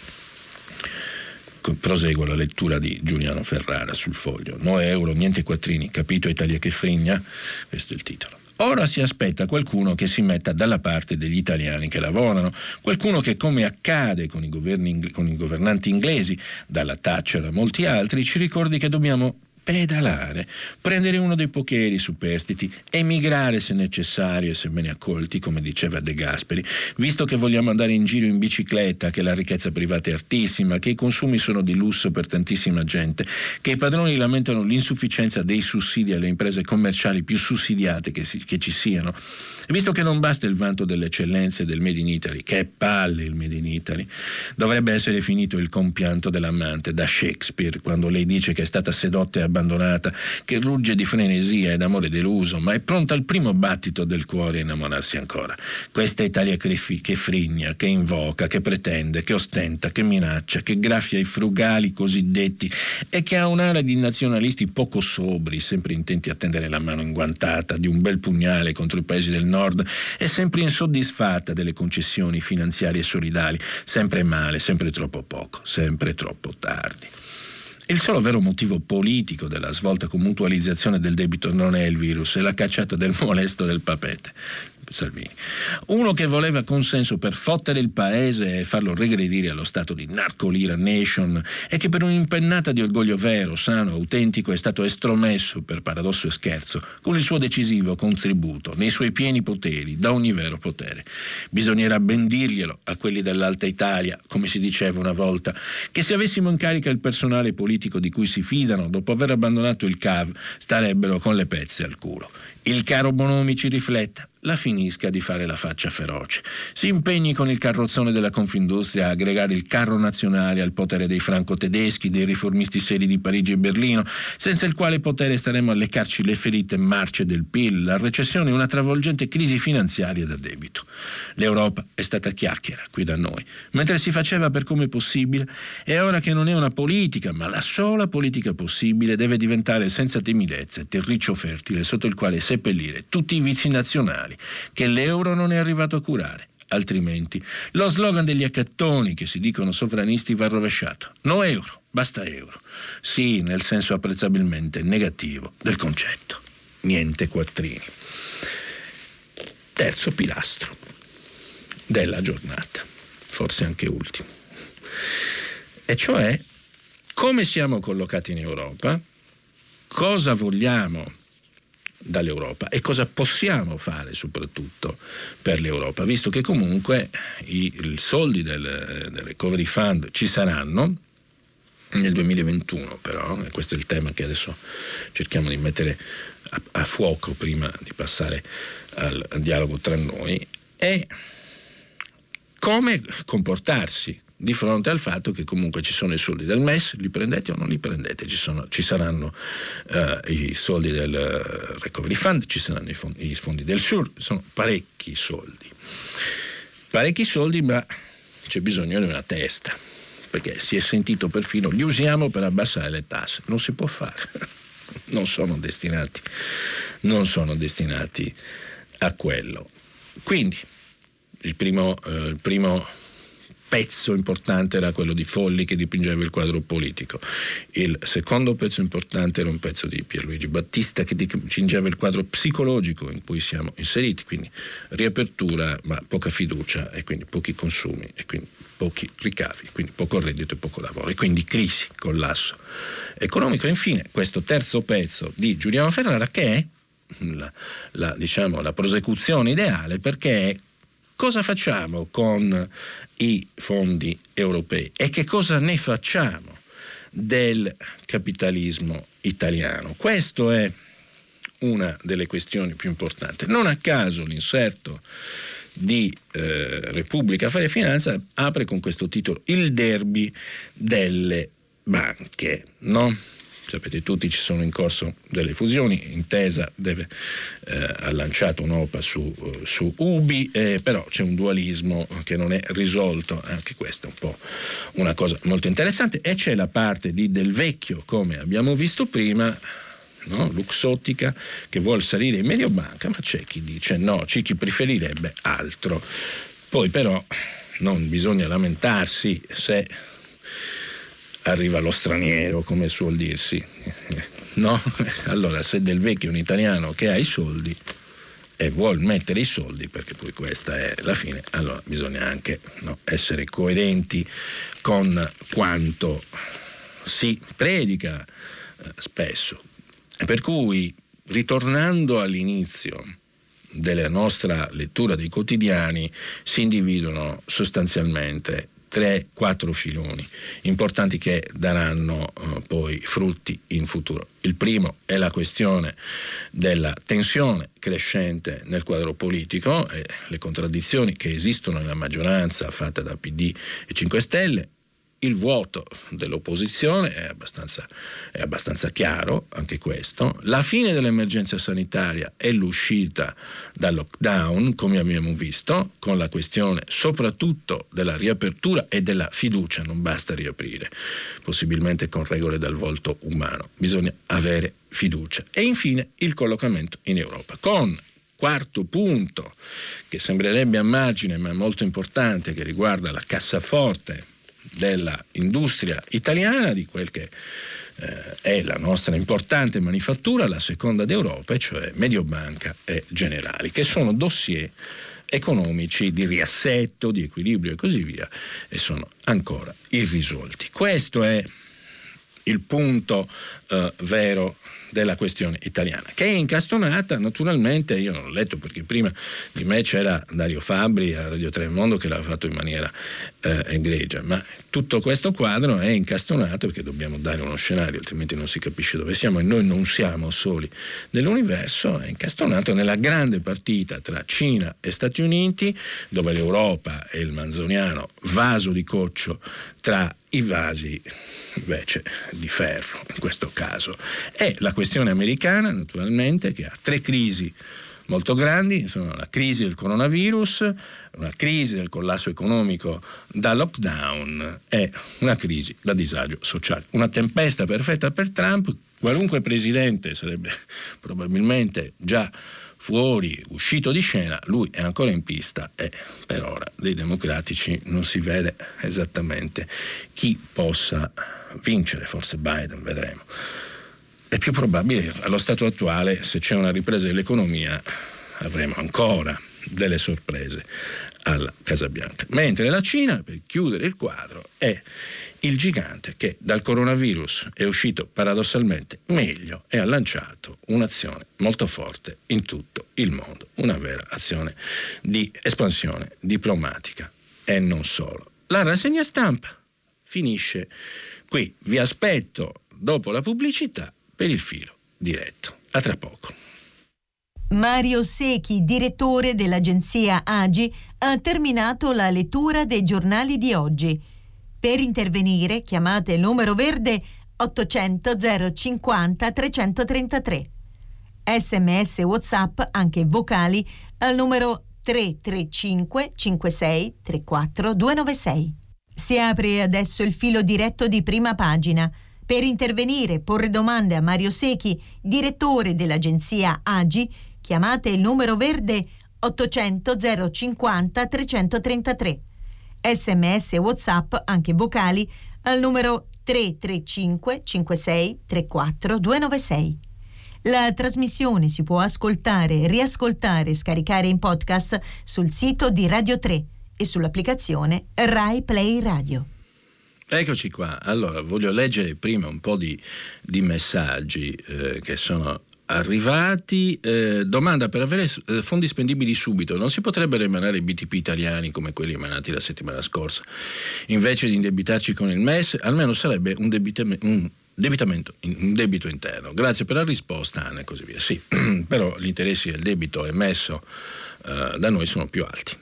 Proseguo la lettura di Giuliano Ferrara sul Foglio. No euro, niente quattrini, capito Italia che frigna? Questo è il titolo. Ora si aspetta qualcuno che si metta dalla parte degli italiani che lavorano, qualcuno che, come accade con i, governi, con i governanti inglesi, dalla Thatcher a molti altri, ci ricordi che dobbiamo pedalare, prendere uno dei pochi aerei superstiti, emigrare se necessario e se bene accolti, come diceva De Gasperi, visto che vogliamo andare in giro in bicicletta, che la ricchezza privata è altissima, che i consumi sono di lusso per tantissima gente, che i padroni lamentano l'insufficienza dei sussidi alle imprese commerciali più sussidiate che, si, che ci siano, visto che non basta il vanto delle eccellenze del Made in Italy, che palle il Made in Italy, dovrebbe essere finito il compianto dell'amante da Shakespeare quando lei dice che è stata sedotta e abbandonata, che rugge di frenesia ed amore deluso, ma è pronta al primo battito del cuore a innamorarsi ancora. Questa Italia che frigna, che invoca, che pretende, che ostenta, che minaccia, che graffia i frugali cosiddetti e che ha un'area di nazionalisti poco sobri, sempre intenti a tendere la mano inguantata di un bel pugnale contro i paesi del nord e sempre insoddisfatta delle concessioni finanziarie e solidali, sempre male, sempre troppo poco, sempre troppo tardi. Il solo vero motivo politico della svolta con mutualizzazione del debito non è il virus, è la cacciata del molesto del papete. Salvini. Uno che voleva consenso per fottere il paese e farlo regredire allo stato di narcolira nation e che per un'impennata di orgoglio vero, sano, autentico è stato estromesso per paradosso e scherzo con il suo decisivo contributo nei suoi pieni poteri da ogni vero potere. Bisognerà ben dirglielo a quelli dell'Alta Italia, come si diceva una volta, che se avessimo in carica il personale politico di cui si fidano dopo aver abbandonato il C A V starebbero con le pezze al culo. Il caro Bonomi ci rifletta, la finisca di fare la faccia feroce. Si impegni con il carrozzone della Confindustria a aggregare il carro nazionale al potere dei franco-tedeschi, dei riformisti seri di Parigi e Berlino, senza il quale potere staremo a leccarci le ferite marce del P I L, la recessione e una travolgente crisi finanziaria da debito. L'Europa è stata chiacchiera qui da noi, mentre si faceva per come possibile, e ora che non è una politica, ma la sola politica possibile, deve diventare senza timidezze terriccio fertile sotto il quale seppellire tutti i vizi nazionali che l'euro non è arrivato a curare. Altrimenti lo slogan degli accattoni che si dicono sovranisti va rovesciato. No euro, basta euro. Sì, nel senso apprezzabilmente negativo del concetto. Niente quattrini. Terzo pilastro della giornata, forse anche ultimo. E cioè, come siamo collocati in Europa, cosa vogliamo dall'Europa e cosa possiamo fare soprattutto per l'Europa, visto che comunque i, i soldi del, del Recovery Fund ci saranno nel duemilaventuno, però, e questo è il tema che adesso cerchiamo di mettere a, a fuoco prima di passare al, al dialogo tra noi, è come comportarsi di fronte al fatto che comunque ci sono i soldi del M E S, li prendete o non li prendete, ci, sono, ci saranno uh, i soldi del Recovery Fund, ci saranno i fondi, i fondi del S U R, sono parecchi soldi. Parecchi soldi, ma c'è bisogno di una testa, perché si è sentito perfino li usiamo per abbassare le tasse, non si può fare, non sono destinati, non sono destinati a quello. Quindi il primo, eh, il primo pezzo importante era quello di Folli che dipingeva il quadro politico. Il secondo pezzo importante era un pezzo di Pierluigi Battista che dipingeva il quadro psicologico in cui siamo inseriti, quindi riapertura ma poca fiducia e quindi pochi consumi e quindi pochi ricavi, quindi poco reddito e poco lavoro e quindi crisi, collasso economico. E infine questo terzo pezzo di Giuliano Ferrara che è la, la, diciamo, la prosecuzione ideale, perché è cosa facciamo con i fondi europei e che cosa ne facciamo del capitalismo italiano. Questo è una delle questioni più importanti. Non a caso l'inserto di eh, Repubblica Affari e Finanza apre con questo titolo: il derby delle banche, no? Sapete tutti, ci sono in corso delle fusioni, Intesa deve, eh, ha lanciato un'OPA su, su Ubi, eh, però c'è un dualismo che non è risolto, anche questa è un po' una cosa molto interessante, e c'è la parte di Del Vecchio, come abbiamo visto prima, no? Luxottica, che vuol salire in Mediobanca, ma c'è chi dice no, c'è chi preferirebbe altro. Poi però non bisogna lamentarsi se arriva lo straniero, come suol dirsi, no? Allora, se Del Vecchio è un italiano che ha i soldi e vuol mettere i soldi, perché poi questa è la fine, allora bisogna anche, no, essere coerenti con quanto si predica eh, spesso. E per cui, ritornando all'inizio della nostra lettura dei quotidiani, si individuano sostanzialmente tre, quattro filoni importanti che daranno uh, poi frutti in futuro. Il primo è la questione della tensione crescente nel quadro politico e le contraddizioni che esistono nella maggioranza fatta da P D e cinque Stelle. Il vuoto dell'opposizione è abbastanza, è abbastanza chiaro, anche questo. La fine dell'emergenza sanitaria e l'uscita dal lockdown, come abbiamo visto, con la questione soprattutto della riapertura e della fiducia. Non basta riaprire, possibilmente con regole dal volto umano, bisogna avere fiducia. E infine il collocamento in Europa, con quarto punto che sembrerebbe a margine ma molto importante, che riguarda la cassaforte della industria italiana, di quel che eh, è la nostra importante manifattura, la seconda d'Europa, cioè Mediobanca e Generali, che sono dossier economici di riassetto, di equilibrio e così via, e sono ancora irrisolti. Questo è il punto eh, vero della questione italiana, che è incastonata naturalmente. Io non l'ho letto perché prima di me c'era Dario Fabbri a Radio tre Mondo che l'ha fatto in maniera eh, egregia, ma tutto questo quadro è incastonato perché dobbiamo dare uno scenario, altrimenti non si capisce dove siamo, e noi non siamo soli nell'universo. È incastonato nella grande partita tra Cina e Stati Uniti, dove l'Europa è il manzoniano vaso di coccio tra i vasi invece di ferro in questo caso. È la questione americana, naturalmente, che ha tre crisi molto grandi: sono la crisi del coronavirus, una crisi del collasso economico da lockdown e una crisi da disagio sociale. Una tempesta perfetta per Trump. Qualunque presidente sarebbe probabilmente già fuori, uscito di scena, lui è ancora in pista e per ora dei democratici non si vede esattamente chi possa vincere. Forse Biden, vedremo. È più probabile, allo stato attuale, se c'è una ripresa dell'economia avremo ancora delle sorprese alla Casa Bianca. Mentre la Cina, per chiudere il quadro, è il gigante che dal coronavirus è uscito paradossalmente meglio e ha lanciato un'azione molto forte in tutto il mondo, una vera azione di espansione diplomatica e non solo. La rassegna stampa finisce qui. Vi aspetto dopo la pubblicità per il filo diretto. A tra poco. Mario Secchi, direttore dell'agenzia A G I, ha terminato la lettura dei giornali di oggi. Per intervenire chiamate il numero verde ottocento zero cinquanta trecentotrentatré. Sms WhatsApp, anche vocali, al numero tre tre cinque cinque sei tre quattro due nove sei. Si apre adesso il filo diretto di Prima Pagina. Per intervenire e porre domande a Mario Secchi, direttore dell'agenzia Agi, chiamate il numero verde ottocento zero cinquanta trecentotrentatré. Sms WhatsApp, anche vocali, al numero tre tre cinque cinque sei tre quattro due nove sei. La trasmissione si può ascoltare, riascoltare e scaricare in podcast sul sito di Radio tre e sull'applicazione Rai Play Radio. Eccoci qua. Allora, voglio leggere prima un po' di, di messaggi eh, che sono arrivati. Eh, domanda: per avere eh, fondi spendibili subito non si potrebbero emanare B T P italiani come quelli emanati la settimana scorsa? Invece di indebitarci con il M E S, almeno sarebbe un, debitame, un debitamento, un debito interno. Grazie per la risposta, Anna, e così via. Sì, però gli interessi del debito emesso eh, da noi sono più alti.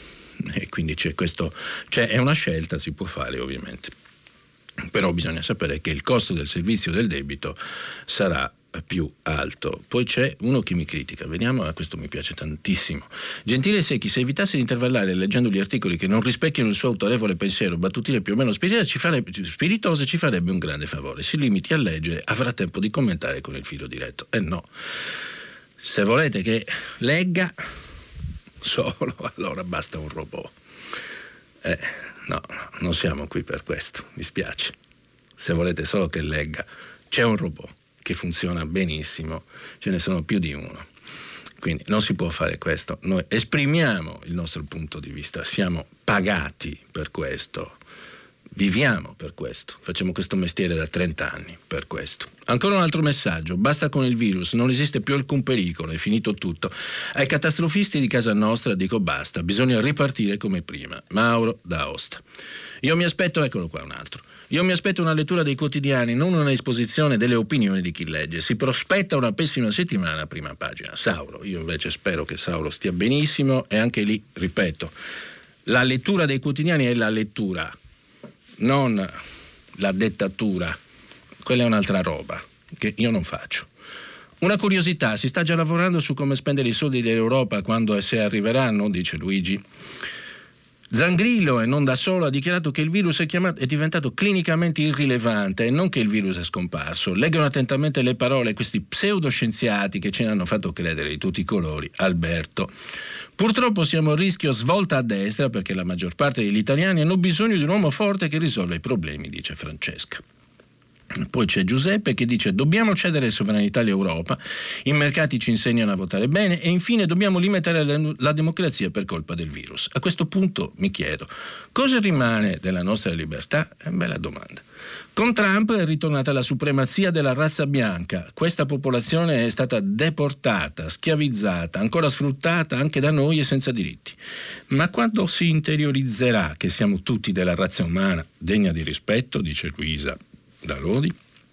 E quindi c'è questo, cioè è una scelta, si può fare ovviamente, però bisogna sapere che il costo del servizio del debito sarà più alto. Poi c'è uno che mi critica, vediamo, a questo mi piace tantissimo. Gentile Secchi, se evitasse di intervallare leggendo gli articoli che non rispecchiano il suo autorevole pensiero, battutine più o meno ci farebbe, spiritose, ci farebbe un grande favore. Si limiti a leggere, avrà tempo di commentare con il filo diretto. Eh no, se volete che legga solo, allora basta un robot. Eh, no, no, non siamo qui per questo, mi spiace. Se volete solo che legga, c'è un robot che funziona benissimo, ce ne sono più di uno. Quindi non si può fare questo. Noi esprimiamo il nostro punto di vista, siamo pagati per questo, viviamo per questo, facciamo questo mestiere da trenta anni per questo. Ancora un altro messaggio: basta con il virus, non esiste più alcun pericolo, è finito tutto. Ai catastrofisti di casa nostra dico basta, bisogna ripartire come prima. Mauro da Aosta. Io mi aspetto, eccolo qua un altro, io mi aspetto una lettura dei quotidiani, non una esposizione delle opinioni di chi legge. Si prospetta una pessima settimana a Prima Pagina. Sauro, io invece spero che Sauro stia benissimo, e anche lì, ripeto, la lettura dei quotidiani è la lettura, non la dettatura. Quella è un'altra roba che io non faccio. Una curiosità: si sta già lavorando su come spendere i soldi dell'Europa quando e se arriveranno, dice Luigi. Zangrillo, e non da solo, ha dichiarato che il virus è, chiamato, è diventato clinicamente irrilevante e non che il virus è scomparso. Leggano attentamente le parole questi pseudoscienziati che ce ne hanno fatto credere di tutti i colori. Alberto. Purtroppo siamo a rischio svolta a destra, perché la maggior parte degli italiani hanno bisogno di un uomo forte che risolva i problemi, dice Francesca. Poi c'è Giuseppe che dice: dobbiamo cedere sovranità all'Europa, i mercati ci insegnano a votare bene, e infine dobbiamo limitare la, la democrazia per colpa del virus. A questo punto mi chiedo: cosa rimane della nostra libertà? È una bella domanda. Con Trump è ritornata la supremazia della razza bianca. Questa popolazione è stata deportata, schiavizzata, ancora sfruttata anche da noi e senza diritti. Ma quando si interiorizzerà che siamo tutti della razza umana degna di rispetto, dice Luisa da Lodi,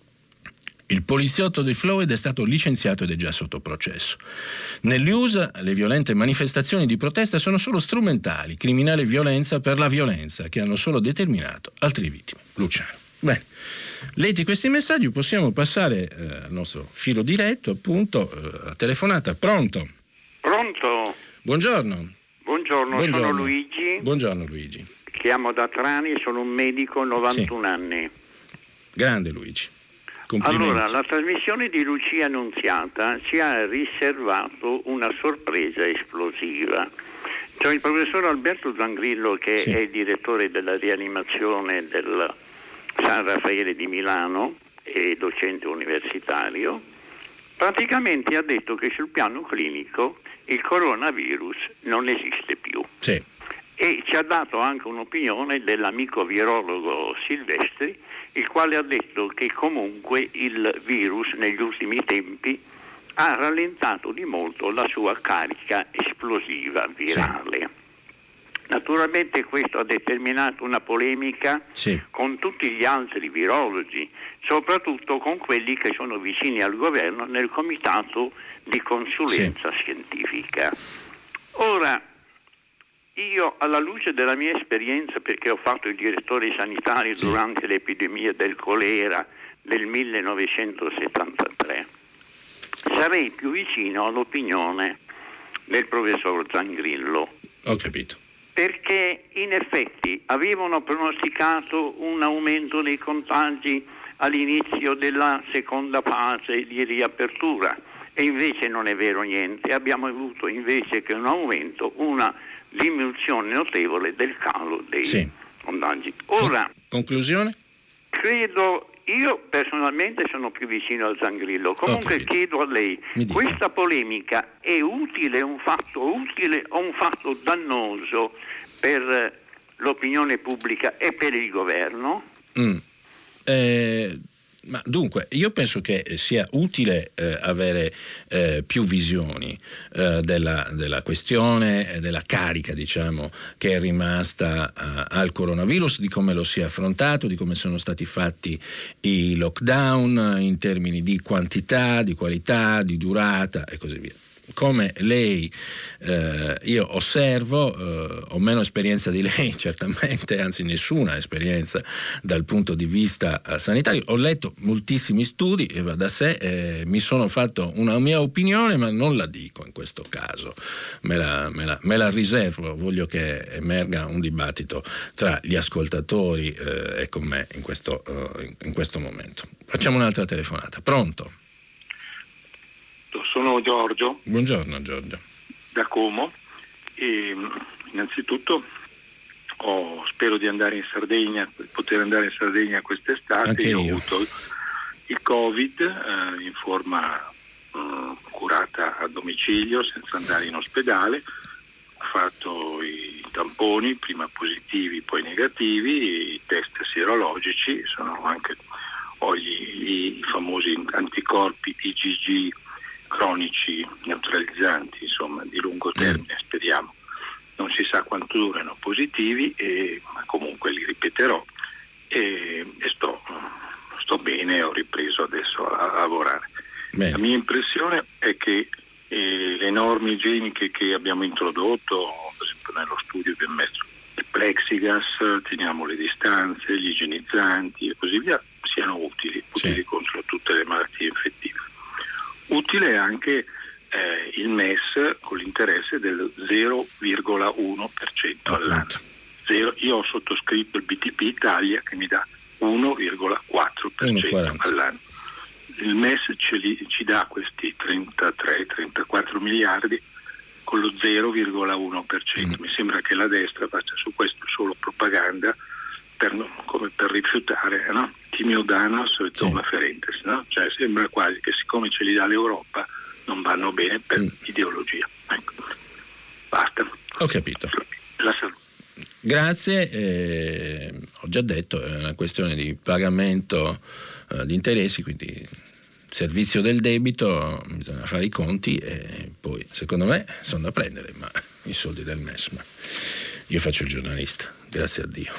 il poliziotto di Floyd è stato licenziato ed è già sotto processo. Negli U S A le violente manifestazioni di protesta sono solo strumentali, criminale violenza per la violenza, che hanno solo determinato altre vittime. Luciano. Bene, letti questi messaggi possiamo passare eh, al nostro filo diretto, appunto, eh, a telefonata. Pronto? Pronto? Buongiorno. Buongiorno, Buongiorno. sono Luigi. Buongiorno Luigi. Chiamo da Trani, sono un medico, novantuno sì. anni. Grande Luigi. Complimenti. Allora, la trasmissione di Lucia Annunziata ci ha riservato una sorpresa esplosiva. C'è il professor Alberto Zangrillo, che sì. è il direttore della rianimazione del San Raffaele di Milano e docente universitario. Praticamente ha detto che sul piano clinico il coronavirus non esiste più. Sì. E ci ha dato anche un'opinione dell'amico virologo Silvestri, il quale ha detto che comunque il virus negli ultimi tempi ha rallentato di molto la sua carica esplosiva virale. Sì. Naturalmente questo ha determinato una polemica sì. con tutti gli altri virologi, soprattutto con quelli che sono vicini al governo nel comitato di consulenza sì. scientifica. Ora, io, alla luce della mia esperienza, perché ho fatto il direttore sanitario sì. durante l'epidemia del colera del millenovecentosettantatré, sarei più vicino all'opinione del professor Zangrillo. Ho capito. Perché in effetti avevano pronosticato un aumento dei contagi all'inizio della seconda fase di riapertura e invece non è vero niente, abbiamo avuto invece che un aumento, una diminuzione notevole del calo dei sì. contagi. Ora, Con- conclusione? Credo, io personalmente sono più vicino al Zangrillo, comunque okay. chiedo a lei, questa polemica è utile, un fatto utile o un fatto dannoso per l'opinione pubblica e per il governo? Mm. Eh, ma dunque, io penso che sia utile eh, avere eh, più visioni eh, della, della questione, eh, della carica, diciamo, che è rimasta eh, al coronavirus, di come lo si è affrontato, di come sono stati fatti i lockdown in termini di quantità, di qualità, di durata e così via. Come lei eh, io osservo, eh, ho meno esperienza di lei certamente, anzi nessuna esperienza dal punto di vista eh, sanitario, ho letto moltissimi studi e va da sé, eh, mi sono fatto una mia opinione ma non la dico in questo caso, me la, me la, me la riservo, voglio che emerga un dibattito tra gli ascoltatori eh, e con me in questo, eh, in, in questo momento. Facciamo un'altra telefonata, pronto? Sono Giorgio. Buongiorno Giorgio. Da Como e innanzitutto oh, spero di andare in Sardegna, poter andare in Sardegna quest'estate. Anche io. Ho avuto il Covid eh, in forma eh, curata a domicilio senza andare in ospedale, ho fatto i tamponi, prima positivi poi negativi, i test sierologici, sono anche ho gli, i famosi anticorpi I G G cronici neutralizzanti, insomma di lungo termine, mm. speriamo non si sa quanto durano positivi, e, ma comunque li ripeterò e, e sto, sto bene, ho ripreso adesso a, a lavorare. Bene. La mia impressione è che eh, le norme igieniche che abbiamo introdotto, per esempio nello studio abbiamo messo il plexigas, teniamo le distanze, gli igienizzanti e così via, siano utili, utili sì. contro tutte le malattie infettive. Utile anche eh, il M E S con l'interesse del zero virgola uno per cento all'anno. Zero, io ho sottoscritto il B T P Italia che mi dà uno virgola quattro per cento all'anno. Il M E S ce li, ci dà questi trentatré trentaquattro miliardi con lo zero virgola uno per cento. Mm. Mi sembra che la destra faccia su questo solo propaganda per, come per rifiutare, no? Timeo Danos e Toma sì. Ferentes, no? Cioè sembra quasi che siccome ce li dà l'Europa non vanno bene per mm. ideologia. Ecco. Basta. Ho capito. La salute. Grazie, eh, ho già detto, è una questione di pagamento eh, di interessi, quindi servizio del debito, bisogna fare i conti e poi secondo me sono da prendere, ma i soldi del M E S, ma io faccio il giornalista, grazie a Dio.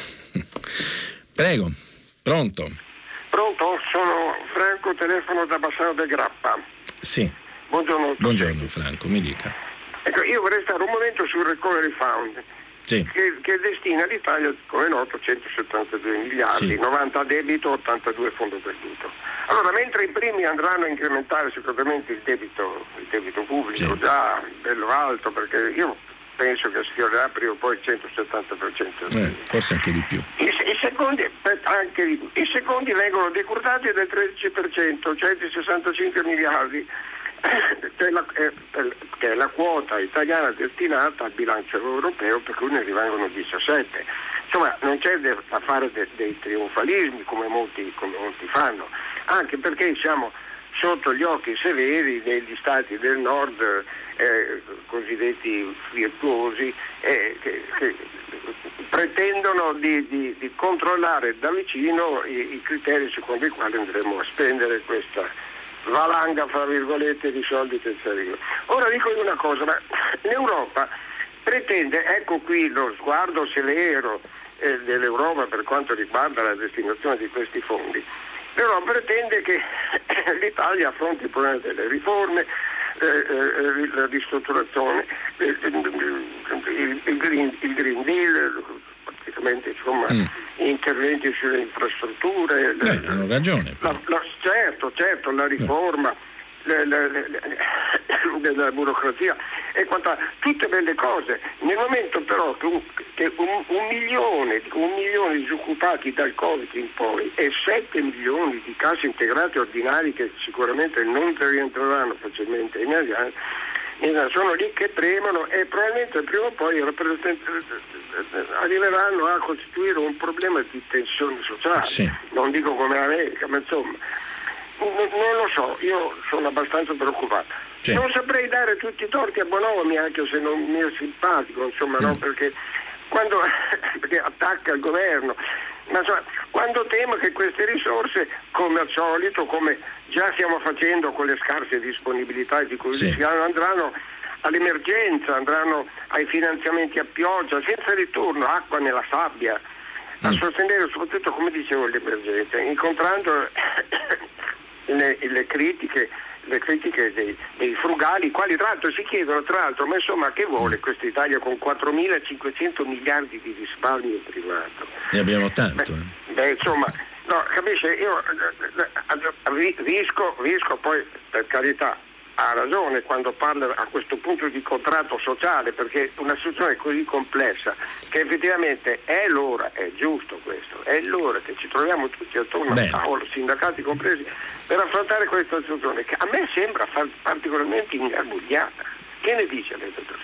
Prego, pronto? Pronto, sono Franco, telefono da Bassano del Grappa. Sì. Buongiorno a tutti. Buongiorno Franco, mi dica. Ecco, io vorrei stare un momento sul Recovery Fund. Sì. Che, che destina all'Italia, come è noto, centosettantadue miliardi, sì. novanta a debito, ottantadue fondo perduto. Allora, mentre i primi andranno a incrementare sicuramente il debito, il debito pubblico, sì. già bello alto, perché io penso che sfiorerà prima o poi il centosettanta per cento. Eh, forse anche di più. I, i, secondi, anche, I secondi vengono decurtati del tredici per cento, centosessantacinque miliardi. Che è, la, è, che è la quota italiana destinata al bilancio europeo, per cui ne rimangono diciassette. Insomma, non c'è da fare de, dei trionfalismi come molti, come molti fanno, anche perché siamo sotto gli occhi severi degli stati del nord eh, cosiddetti virtuosi eh, che, che pretendono di, di, di controllare da vicino i, i criteri secondo i quali andremo a spendere questa valanga, fra virgolette, di soldi senza rigo. Ora dico una cosa, ma l'Europa pretende, ecco qui lo sguardo severo eh, dell'Europa per quanto riguarda la destinazione di questi fondi. L'Europa pretende che l'Italia affronti il problema delle riforme, eh, eh, la ristrutturazione, eh, il, il, green, il Green Deal, praticamente insomma mm. interventi sulle infrastrutture. Beh, la, hanno ragione. La, la, certo, certo, la riforma eh. della burocrazia e quanta, tutte belle cose. Nel momento però che un, che un, un milione un milione di disoccupati dal Covid in poi e sette milioni di case integrate ordinari che sicuramente non rientreranno facilmente in Italia, sono lì che premono e probabilmente prima o poi arriveranno a costituire un problema di tensione sociale. Sì. Non dico come America, ma insomma non lo so, io sono abbastanza preoccupata. Sì. Non saprei dare tutti i torti a Bonomi, anche se non mi è simpatico, insomma, mm. no, perché quando perché attacca il governo, ma insomma, quando temo che queste risorse, come al solito, come già stiamo facendo con le scarse disponibilità di cui sì. andranno all'emergenza, andranno ai finanziamenti a pioggia, senza ritorno, acqua nella sabbia, a mm. sostenere soprattutto, come dicevo, l'emergenza, incontrando le, le critiche le critiche dei, dei frugali, quali tra l'altro si chiedono, tra l'altro, ma insomma che vuole questa Italia con quattromilacinquecento miliardi di risparmio privato? Ne abbiamo tanto. Beh, eh. beh insomma, no, capisce, io riesco, riesco poi, per carità, ha ragione quando parla a questo punto di contratto sociale, perché una situazione così complessa che effettivamente è l'ora, è giusto questo, è l'ora che ci troviamo tutti attorno al tavolo, sindacati compresi, per affrontare questa situazione che a me sembra particolarmente ingarbugliata. Che ne dice lei, dottor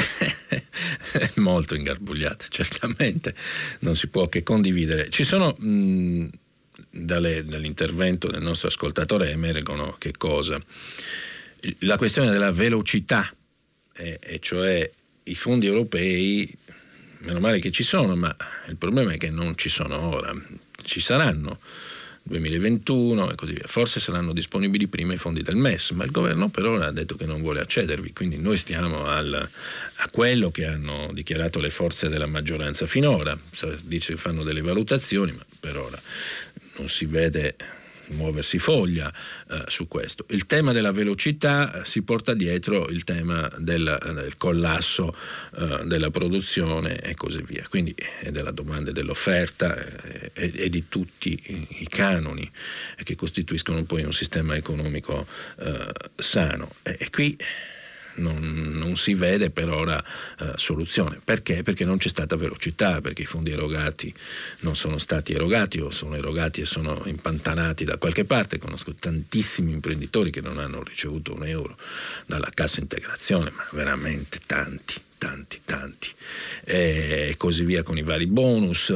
Secchi? Molto ingarbugliata, certamente, non si può che condividere. Ci sono mh, dalle, dall'intervento del nostro ascoltatore emergono che cosa? La questione della velocità, e, e cioè i fondi europei, meno male che ci sono, ma il problema è che non ci sono ora, ci saranno duemilaventuno e così via, forse saranno disponibili prima i fondi del M E S, ma il governo per ora ha detto che non vuole accedervi, quindi noi stiamo al, a quello che hanno dichiarato le forze della maggioranza finora. Dice che fanno delle valutazioni, ma per ora non si vede muoversi foglia eh, su questo. Il tema della velocità eh, si porta dietro il tema del, del collasso eh, della produzione e così via, quindi e della domanda e dell'offerta eh, e, e di tutti i, i canoni eh, che costituiscono poi un sistema economico eh, sano e, e qui Non, non si vede per ora eh, soluzione. Perché? Perché non c'è stata velocità, perché i fondi erogati non sono stati erogati o sono erogati e sono impantanati da qualche parte. Conosco tantissimi imprenditori che non hanno ricevuto un euro dalla cassa integrazione, ma veramente tanti, tanti, tanti e così via con i vari bonus.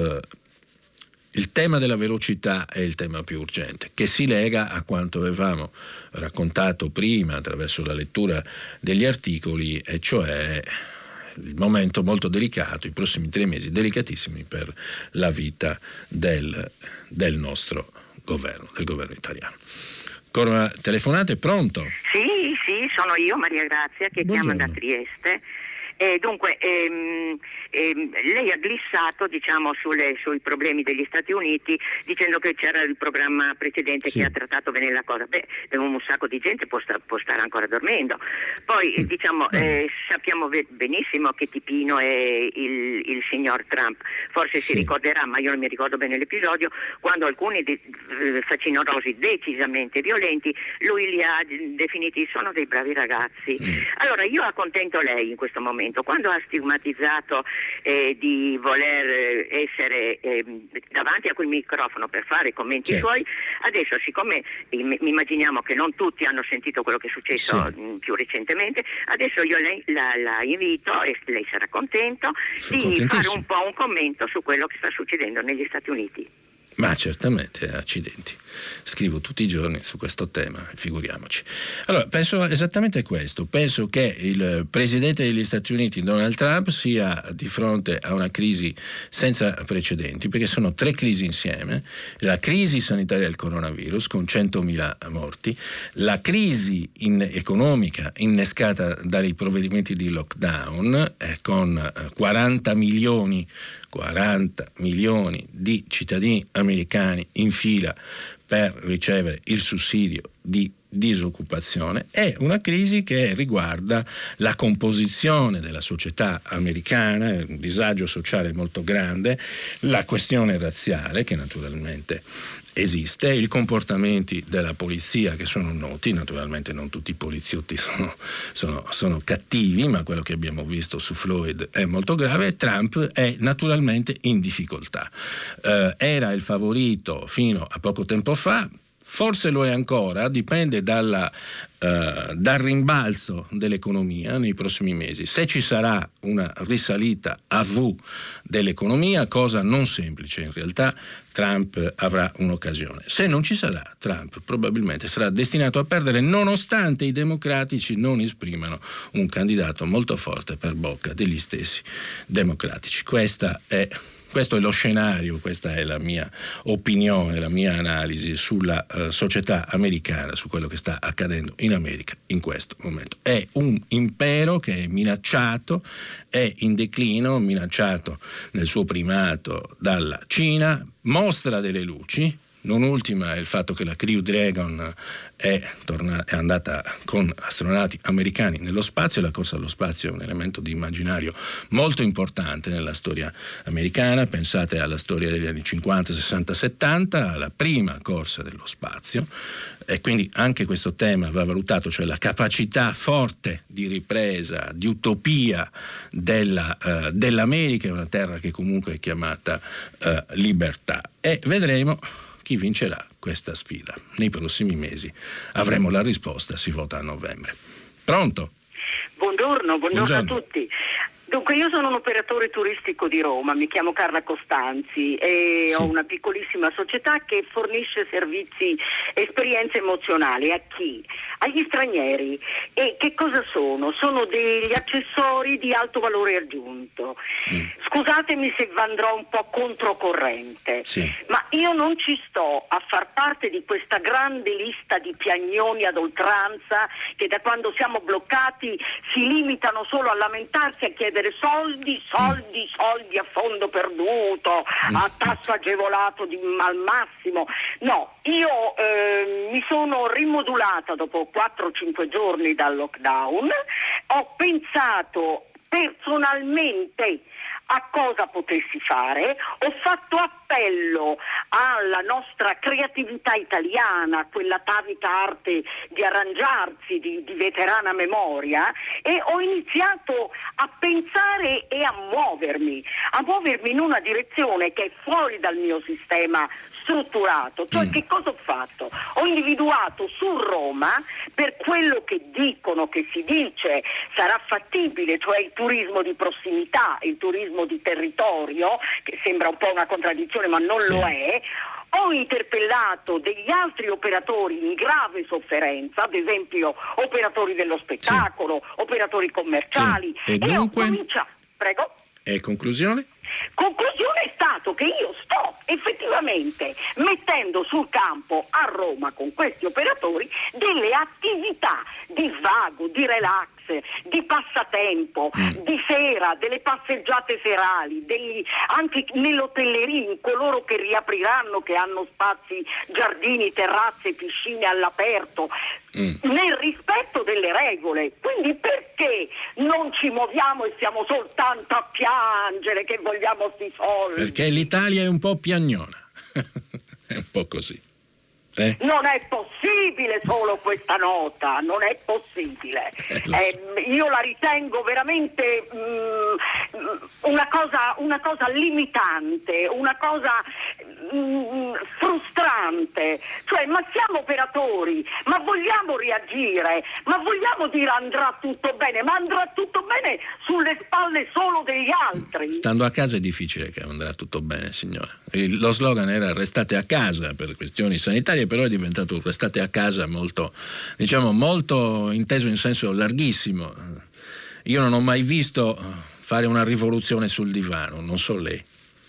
Il tema della velocità è il tema più urgente, che si lega a quanto avevamo raccontato prima attraverso la lettura degli articoli, e cioè il momento molto delicato, i prossimi tre mesi delicatissimi per la vita del, del nostro governo, del governo italiano. Ancora una telefonata, è pronto? Sì, sì, sono io, Maria Grazia, che Buongiorno. chiama da Trieste. Eh, dunque, ehm, ehm, lei ha glissato, diciamo, sulle, sui problemi degli Stati Uniti, dicendo che c'era il programma precedente sì. che ha trattato bene la cosa. Beh, un sacco di gente può, sta, può stare ancora dormendo. Poi, mm. diciamo, eh, sappiamo benissimo che tipino è il, il signor Trump. Forse sì. si ricorderà, ma io non mi ricordo bene l'episodio, quando alcuni di, eh, facinorosi decisamente violenti, lui li ha definiti, sono dei bravi ragazzi. Mm. Allora, io accontento lei in questo momento. Quando ha stigmatizzato eh, di voler essere eh, davanti a quel microfono per fare commenti certo. suoi, adesso siccome eh, mi immaginiamo che non tutti hanno sentito quello che è successo sì. mh, più recentemente, adesso io lei, la, la invito, e lei sarà contento, Sono di fare un po' un commento su quello che sta succedendo negli Stati Uniti. Ma certamente, accidenti. Scrivo tutti i giorni su questo tema, figuriamoci. Allora, penso esattamente questo. Penso che il presidente degli Stati Uniti, Donald Trump, sia di fronte a una crisi senza precedenti, perché sono tre crisi insieme. La crisi sanitaria del coronavirus, con centomila morti, la crisi in economica innescata dai provvedimenti di lockdown, eh, con quaranta milioni quaranta milioni di cittadini americani in fila per ricevere il sussidio di disoccupazione, è una crisi che riguarda la composizione della società americana, un disagio sociale molto grande, la questione razziale che naturalmente esiste, i comportamenti della polizia che sono noti, naturalmente non tutti i poliziotti sono, sono, sono cattivi, ma quello che abbiamo visto su Floyd è molto grave, e Trump è naturalmente in difficoltà. Eh, era il favorito fino a poco tempo fa, forse lo è ancora, dipende dalla, uh, dal rimbalzo dell'economia nei prossimi mesi. Se ci sarà una risalita a V dell'economia, cosa non semplice in realtà, Trump avrà un'occasione. Se non ci sarà, Trump probabilmente sarà destinato a perdere, nonostante i democratici non esprimano un candidato molto forte per bocca degli stessi democratici. Questa è Questo è lo scenario, questa è la mia opinione, la mia analisi sulla uh, società americana, su quello che sta accadendo in America in questo momento. È un impero che è minacciato, è in declino, minacciato nel suo primato dalla Cina, mostra delle luci. Non ultima è il fatto che la Crew Dragon è, tornata, è andata con astronauti americani nello spazio. La corsa allo spazio è un elemento di immaginario molto importante nella storia americana. Pensate alla storia degli anni cinquanta, sessanta, settanta, alla prima corsa dello spazio. E quindi anche questo tema va valutato, cioè la capacità forte di ripresa, di utopia della, uh, dell'America, è una terra che comunque è chiamata uh, libertà. E vedremo chi vincerà questa sfida. Nei prossimi mesi avremo la risposta, si vota a novembre. Pronto? Buongiorno, buongiorno, buongiorno. a tutti. Dunque, io sono un operatore turistico di Roma, mi chiamo Carla Costanzi e sì. ho una piccolissima società che fornisce servizi, esperienze emozionali a chi? Agli stranieri. E che cosa sono? Sono degli accessori di alto valore aggiunto. Mm. Scusatemi se andrò un po' controcorrente, sì. ma io non ci sto a far parte di questa grande lista di piagnoni ad oltranza che da quando siamo bloccati si limitano solo a lamentarsi e a chiedere soldi, soldi, soldi a fondo perduto, a tasso agevolato di, al massimo. No, io eh, mi sono rimodulata dopo quattro o cinque giorni dal lockdown, ho pensato personalmente a cosa potessi fare, ho fatto appello alla nostra creatività italiana, quella tavita arte di arrangiarsi, di, di veterana memoria, e ho iniziato a pensare e a muovermi, a muovermi in una direzione che è fuori dal mio sistema strutturato. Cioè, mm. che cosa ho fatto? Ho individuato su Roma, per quello che dicono, che si dice sarà fattibile, cioè il turismo di prossimità, il turismo di territorio, che sembra un po' una contraddizione ma non sì. lo è. Ho interpellato degli altri operatori in grave sofferenza, ad esempio operatori dello spettacolo, sì. operatori commerciali, sì. e, e dunque? ho cominciato. Prego. E conclusione? Conclusione è stato che io sto effettivamente mettendo sul campo a Roma con questi operatori delle attività di svago, di relax, di passatempo, mm. di sera, delle passeggiate serali, degli, anche nell'hotelleria, in coloro che riapriranno, che hanno spazi, giardini, terrazze, piscine all'aperto, mm. nel rispetto delle regole. Quindi perché non ci muoviamo e siamo soltanto a piangere che vogliamo sti soldi? Perché l'Italia è un po' piagnona. È un po' così. Eh? Non è possibile solo questa nota, non è possibile. Eh, eh, io la ritengo veramente mm, una cosa, una cosa limitante, una cosa mm, frustrante. Cioè, ma siamo operatori, ma vogliamo reagire, ma vogliamo dire andrà tutto bene, ma andrà tutto bene sulle spalle solo degli altri. Stando a casa è difficile che andrà tutto bene, signora. Il, lo slogan era restate a casa per questioni sanitarie, però è diventato restate a casa molto, diciamo, molto inteso in senso larghissimo. Io non ho mai visto fare una rivoluzione sul divano, non so lei.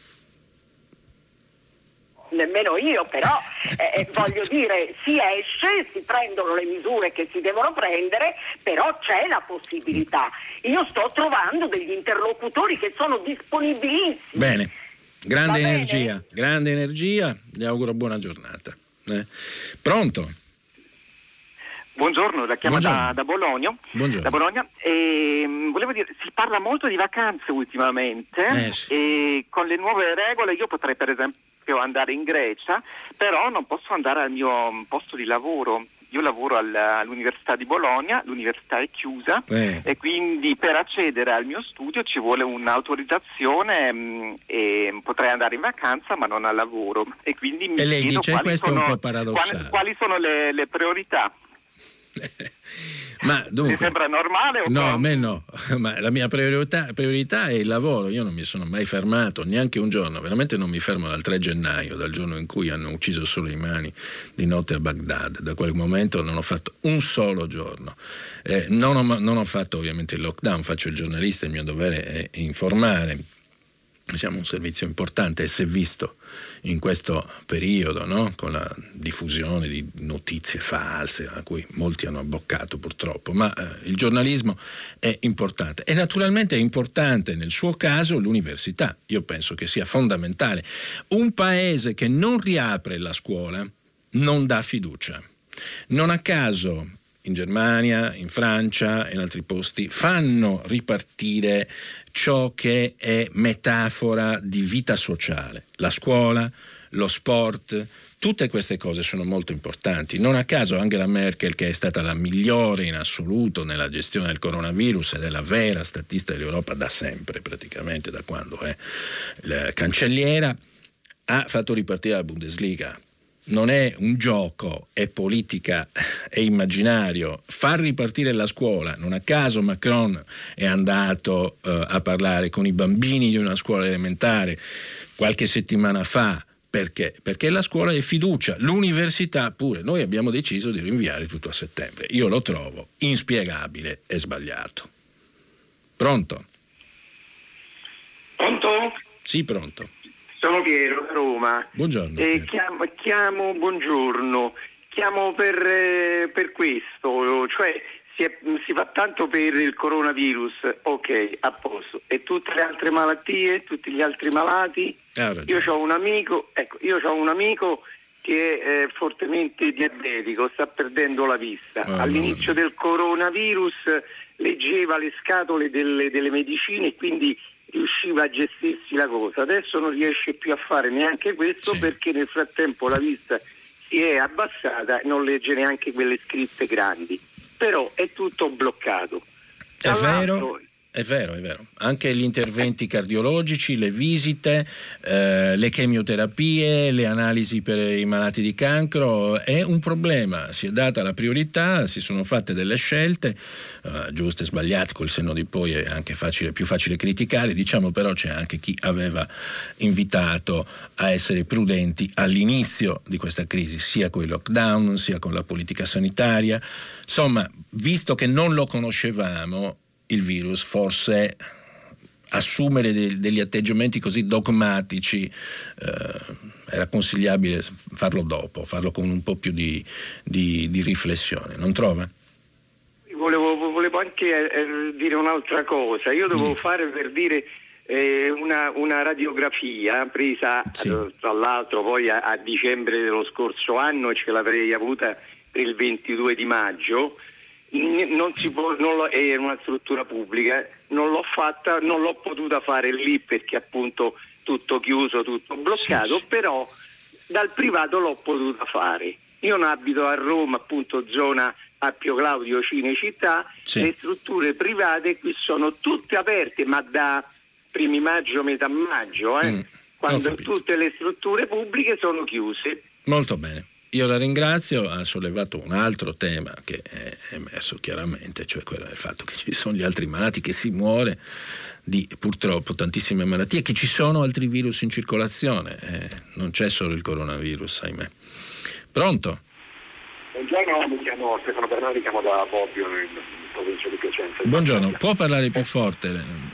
Nemmeno io, però eh, voglio dire, si esce, si prendono le misure che si devono prendere, però c'è la possibilità. Io sto trovando degli interlocutori che sono disponibilissimi. Bene, grande energia, bene? grande energia, gli auguro buona giornata. Eh. Pronto? Buongiorno, la chiamo Buongiorno. da, da Bologna. Buongiorno. Da Bologna. E, volevo dire, si parla molto di vacanze ultimamente Eh, sì. e con le nuove regole io potrei per esempio andare in Grecia, però non posso andare al mio posto di lavoro. Io lavoro alla, all'Università di Bologna, l'università è chiusa Eh. e quindi per accedere al mio studio ci vuole un'autorizzazione mh, e potrei andare in vacanza ma non al lavoro. E quindi mi E lei chiedo dice, quali questo è sono, un po' paradossale. Quali, quali sono le, le priorità? Ma dunque, Mi sembra normale o no, no? a me no, ma la mia priorità, priorità è il lavoro. Io non mi sono mai fermato neanche un giorno, veramente non mi fermo dal tre gennaio, dal giorno in cui hanno ucciso Soleimani di notte a Baghdad. Da quel momento non ho fatto un solo giorno. Eh, non, ho, non ho fatto ovviamente il lockdown, faccio il giornalista, il mio dovere è informare. Siamo un servizio importante e si è visto in questo periodo, no? Con la diffusione di notizie false a cui molti hanno abboccato purtroppo, ma eh, il giornalismo è importante e naturalmente è importante nel suo caso l'università. Io penso che sia fondamentale. Un paese che non riapre la scuola non dà fiducia. Non a caso in Germania, in Francia e in altri posti fanno ripartire ciò che è metafora di vita sociale, la scuola, lo sport, tutte queste cose sono molto importanti. Non a caso Angela Merkel, che è stata la migliore in assoluto nella gestione del coronavirus ed è la vera statista dell'Europa da sempre, praticamente da quando è la cancelliera, ha fatto ripartire la Bundesliga. Non è un gioco, è politica, è immaginario. Far ripartire la scuola, non a caso Macron è andato uh, a parlare con i bambini di una scuola elementare qualche settimana fa. Perché? Perché la scuola è fiducia, l'università pure. Noi abbiamo deciso di rinviare tutto a settembre. Io lo trovo inspiegabile e sbagliato. Pronto? Pronto? Sì, pronto. Sono Piero da Roma. Buongiorno. Eh, Piero. chiamo, chiamo, buongiorno. Chiamo per, eh, per questo, cioè si, è, si fa tanto per il coronavirus, ok, a posto. E tutte le altre malattie, tutti gli altri malati? Ha ragione. Io ho un amico, ecco, io ho un amico che è eh, fortemente diabetico, sta perdendo la vista. Oh, All'inizio no. del coronavirus leggeva le scatole delle, delle medicine e quindi riusciva a gestirsi la cosa. Adesso non riesce più a fare neanche questo, sì, perché nel frattempo la vista si è abbassata e non legge neanche quelle scritte grandi. Però è tutto bloccato. È vero, è vero, è vero. Anche gli interventi cardiologici, le visite, eh, le chemioterapie, le analisi per i malati di cancro è un problema. Si è data la priorità, si sono fatte delle scelte eh, giuste, sbagliate, col senno di poi è anche facile, più facile criticare. Diciamo però c'è anche chi aveva invitato a essere prudenti all'inizio di questa crisi, sia con il lockdown, sia con la politica sanitaria. Insomma, visto che non lo conoscevamo, il virus, forse assumere de- degli atteggiamenti così dogmatici eh, era consigliabile farlo dopo, farlo con un po' più di, di, di riflessione, non trova? Volevo, volevo anche eh, dire un'altra cosa. Io dovevo Sì. fare, per dire, eh, una, una radiografia presa Sì. eh, tra l'altro poi a, a dicembre dello scorso anno, e ce l'avrei avuta per il ventidue di maggio. Non si può, non lo, è una struttura pubblica, non l'ho fatta, non l'ho potuta fare lì perché appunto tutto chiuso, tutto bloccato, Sì, sì. però dal privato l'ho potuta fare. Io non abito a Roma, appunto zona Appio Claudio, Cinecittà, Sì. le strutture private qui sono tutte aperte, ma da primi maggio, metà maggio, eh, Mm, ho quando capito. tutte le strutture pubbliche sono chiuse. Molto bene. Io la ringrazio, ha sollevato un altro tema che è emerso chiaramente, cioè quello del fatto che ci sono gli altri malati, che si muore di purtroppo tantissime malattie, che ci sono altri virus in circolazione, eh, non c'è solo il coronavirus, ahimè. Pronto? Buongiorno, mi chiamo Stefano Bernardi, chiamo da Bobbio in provincia di Piacenza. Buongiorno, può parlare più forte?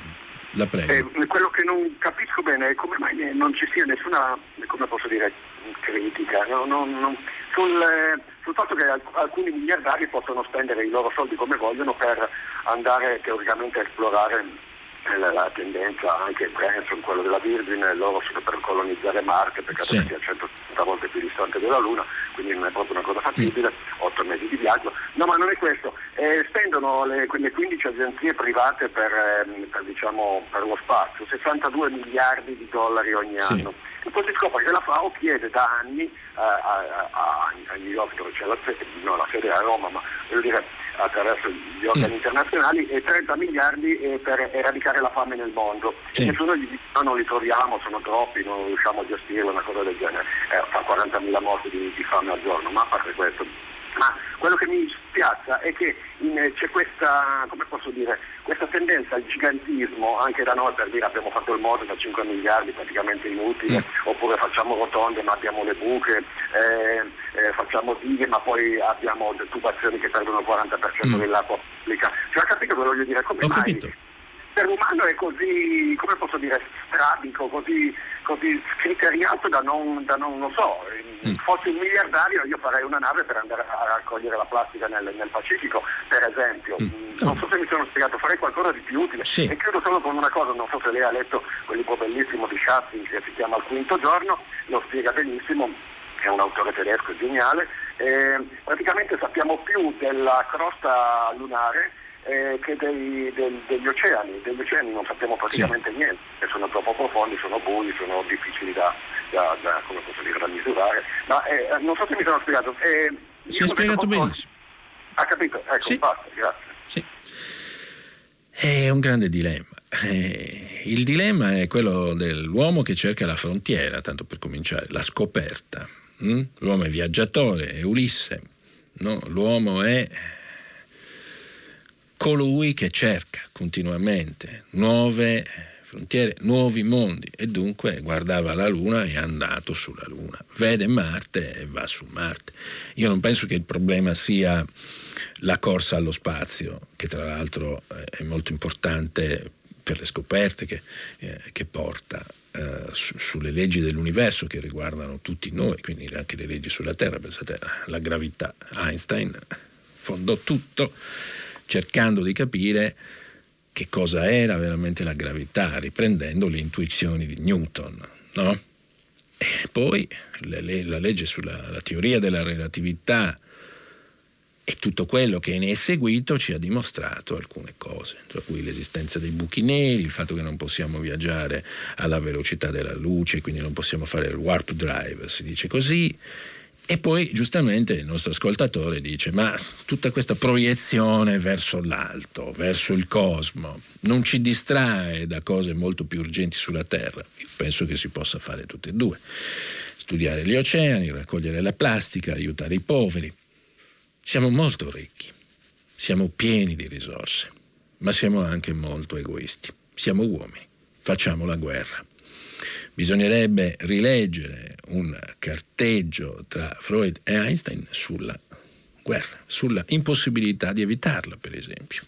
La prego. Eh, quello che non capisco bene è come mai non ci sia nessuna, come posso dire, critica no, no, no, sul, eh, sul fatto che alc- alcuni miliardari possono spendere i loro soldi come vogliono per andare teoricamente a esplorare eh, la, la tendenza, anche Branson, quello della Virgin, loro sono per colonizzare Marte, perché Sì. è centocinquanta volte più distante della Luna, quindi non è proprio una cosa fattibile. otto per mezzi di viaggio. No, ma non è questo, eh, spendono le, quelle quindici agenzie private per, eh, per, diciamo, per lo spazio sessantadue miliardi di dollari ogni anno. Sì. E poi si scopre che la FAO chiede da anni eh, a, a, a New York, dove c'è la sede, no, la sede è a Roma, ma voglio dire attraverso gli organi mm. internazionali, e trenta miliardi eh, per eradicare la fame nel mondo. Sì. E nessuno gli dice no, non li troviamo, sono troppi, non riusciamo a gestirlo, una cosa del genere. Eh, fa quarantamila morti di, di fame al giorno, ma a parte questo. Ma quello che mi spiazza è che in, c'è questa, come posso dire, questa tendenza al gigantismo anche da noi, per dire abbiamo fatto il modo da cinque miliardi praticamente inutile, mm. oppure facciamo rotonde ma abbiamo le buche, eh, eh, facciamo dighe ma poi abbiamo tubazioni che perdono il quaranta per cento mm. dell'acqua pubblica. Cioè, ho capito che voglio dire, come Ho mai capito. l'essere umano è così, come posso dire, strabico, così, così scriteriato da non, da non, non so, mm. fossi un miliardario io farei una nave per andare a raccogliere la plastica nel, nel Pacifico, per esempio. Mm. Non so se mi sono spiegato, farei qualcosa di più utile. Sì. E chiudo solo con una cosa, non so se lei ha letto quel libro bellissimo di Schatting che si chiama Al quinto giorno, lo spiega benissimo, è un autore tedesco geniale. Eh, praticamente sappiamo più della crosta lunare Eh, che dei, del, degli oceani. Degli oceani non sappiamo praticamente sì. niente, che sono troppo profondi, sono bui, sono difficili da, da, da, come posso dire, da misurare, ma eh, non so se mi sono spiegato. Eh, si è spiegato benissimo. Ha capito? Ecco, sì. basta, grazie. Sì. È un grande dilemma. Eh, il dilemma è quello dell'uomo che cerca la frontiera, tanto per cominciare, la scoperta. Mm? L'uomo è viaggiatore, è Ulisse, no? L'uomo è colui che cerca continuamente nuove frontiere, nuovi mondi, e dunque guardava la Luna e è andato sulla Luna, vede Marte e va su Marte. Io non penso che il problema sia la corsa allo spazio, che tra l'altro è molto importante per le scoperte che, eh, che porta eh, su, sulle leggi dell'universo che riguardano tutti noi, quindi anche le leggi sulla Terra. Pensate alla gravità. Einstein fondò tutto cercando di capire che cosa era veramente la gravità, riprendendo le intuizioni di Newton, no? E poi la, la legge sulla la teoria della relatività e tutto quello che ne è seguito ci ha dimostrato alcune cose, tra cui l'esistenza dei buchi neri, il fatto che non possiamo viaggiare alla velocità della luce, quindi non possiamo fare il warp drive, si dice così. E poi giustamente il nostro ascoltatore dice: ma tutta questa proiezione verso l'alto, verso il cosmo, non ci distrae da cose molto più urgenti sulla Terra? Io penso che si possa fare tutte e due: studiare gli oceani, raccogliere la plastica, aiutare i poveri. Siamo molto ricchi, siamo pieni di risorse, ma siamo anche molto egoisti. Siamo uomini, facciamo la guerra. Bisognerebbe rileggere un carteggio tra Freud e Einstein sulla guerra, sulla impossibilità di evitarla, per esempio.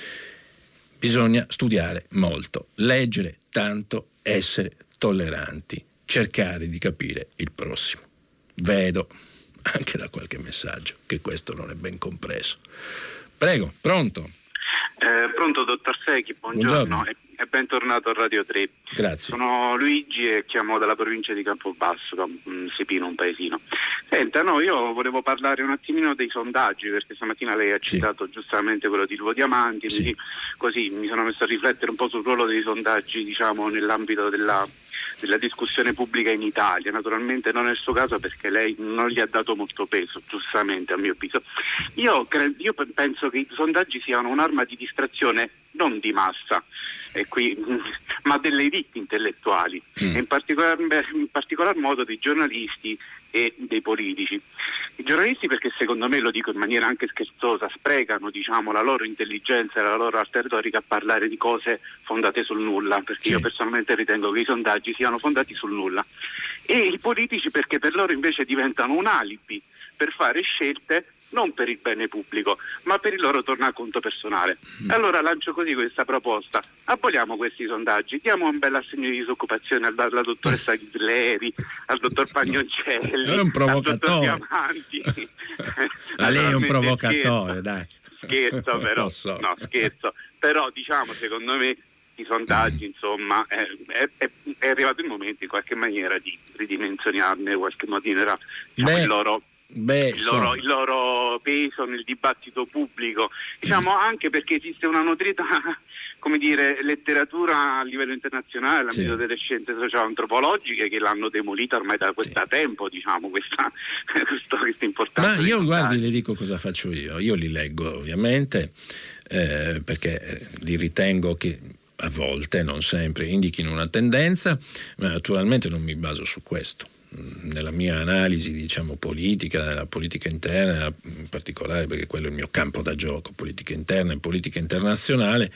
Bisogna studiare molto, leggere tanto, essere tolleranti, cercare di capire il prossimo. Vedo anche da qualche messaggio che questo non è ben compreso. Prego, pronto? Eh, pronto, dottor Secchi, buongiorno. buongiorno. E, e bentornato a Radio tre. Grazie. Sono Luigi e chiamo dalla provincia di Campobasso, um, Sepino, un paesino. Senta, no, io volevo parlare un attimino dei sondaggi, perché stamattina lei ha citato sì. giustamente quello di Ilvo Diamanti, sì. mi, così mi sono messo a riflettere un po' sul ruolo dei sondaggi, diciamo, nell'ambito della della discussione pubblica in Italia. Naturalmente non è il suo caso, perché lei non gli ha dato molto peso, giustamente a mio avviso. Io, cre- io penso che i sondaggi siano un'arma di distrazione non di massa, e qui, ma delle elite intellettuali, mm. e in particolar, in particolar modo dei giornalisti e dei politici. I giornalisti, perché secondo me, lo dico in maniera anche scherzosa, sprecano, diciamo, la loro intelligenza e la loro arte retorica a parlare di cose fondate sul nulla, perché sì. io personalmente ritengo che i sondaggi siano fondati sul nulla. E i politici, perché per loro invece diventano un alibi per fare scelte non per il bene pubblico, ma per il loro tornaconto personale. Mm. Allora lancio così questa proposta: aboliamo questi sondaggi, diamo un bel assegno di disoccupazione alla, alla dottoressa Ghisleri, al dottor Pagnoncelli, no, è un provocatore. al dottor Diamanti. Ma lei è un provocatore, dai. Scherzo, però, so. no, scherzo. Però, diciamo, secondo me i sondaggi, insomma, è, è, è, è arrivato il momento in qualche maniera di ridimensionarne, in qualche maniera, diciamo, Beh. il loro... Beh, il, loro, il loro loro peso nel dibattito pubblico, diciamo anche perché esiste una nutrita, come dire, letteratura a livello internazionale, l'ambito sì. delle scienze socioantropologiche, che l'hanno demolita ormai da questo sì. tempo, diciamo, questa, questo, questa importanza. Ma io, guardi, le dico cosa faccio io. Io li leggo, ovviamente, eh, perché li ritengo che a volte, non sempre, indichino una tendenza, ma naturalmente non mi baso su questo. Nella mia analisi, diciamo, politica, nella politica interna in particolare, perché quello è il mio campo da gioco, politica interna e politica internazionale,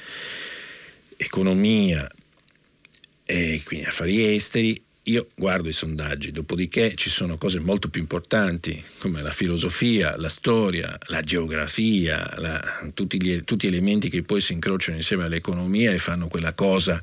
economia e quindi affari esteri, io guardo i sondaggi, dopodiché ci sono cose molto più importanti come la filosofia, la storia, la geografia, la, tutti, gli, tutti elementi che poi si incrociano insieme all'economia e fanno quella cosa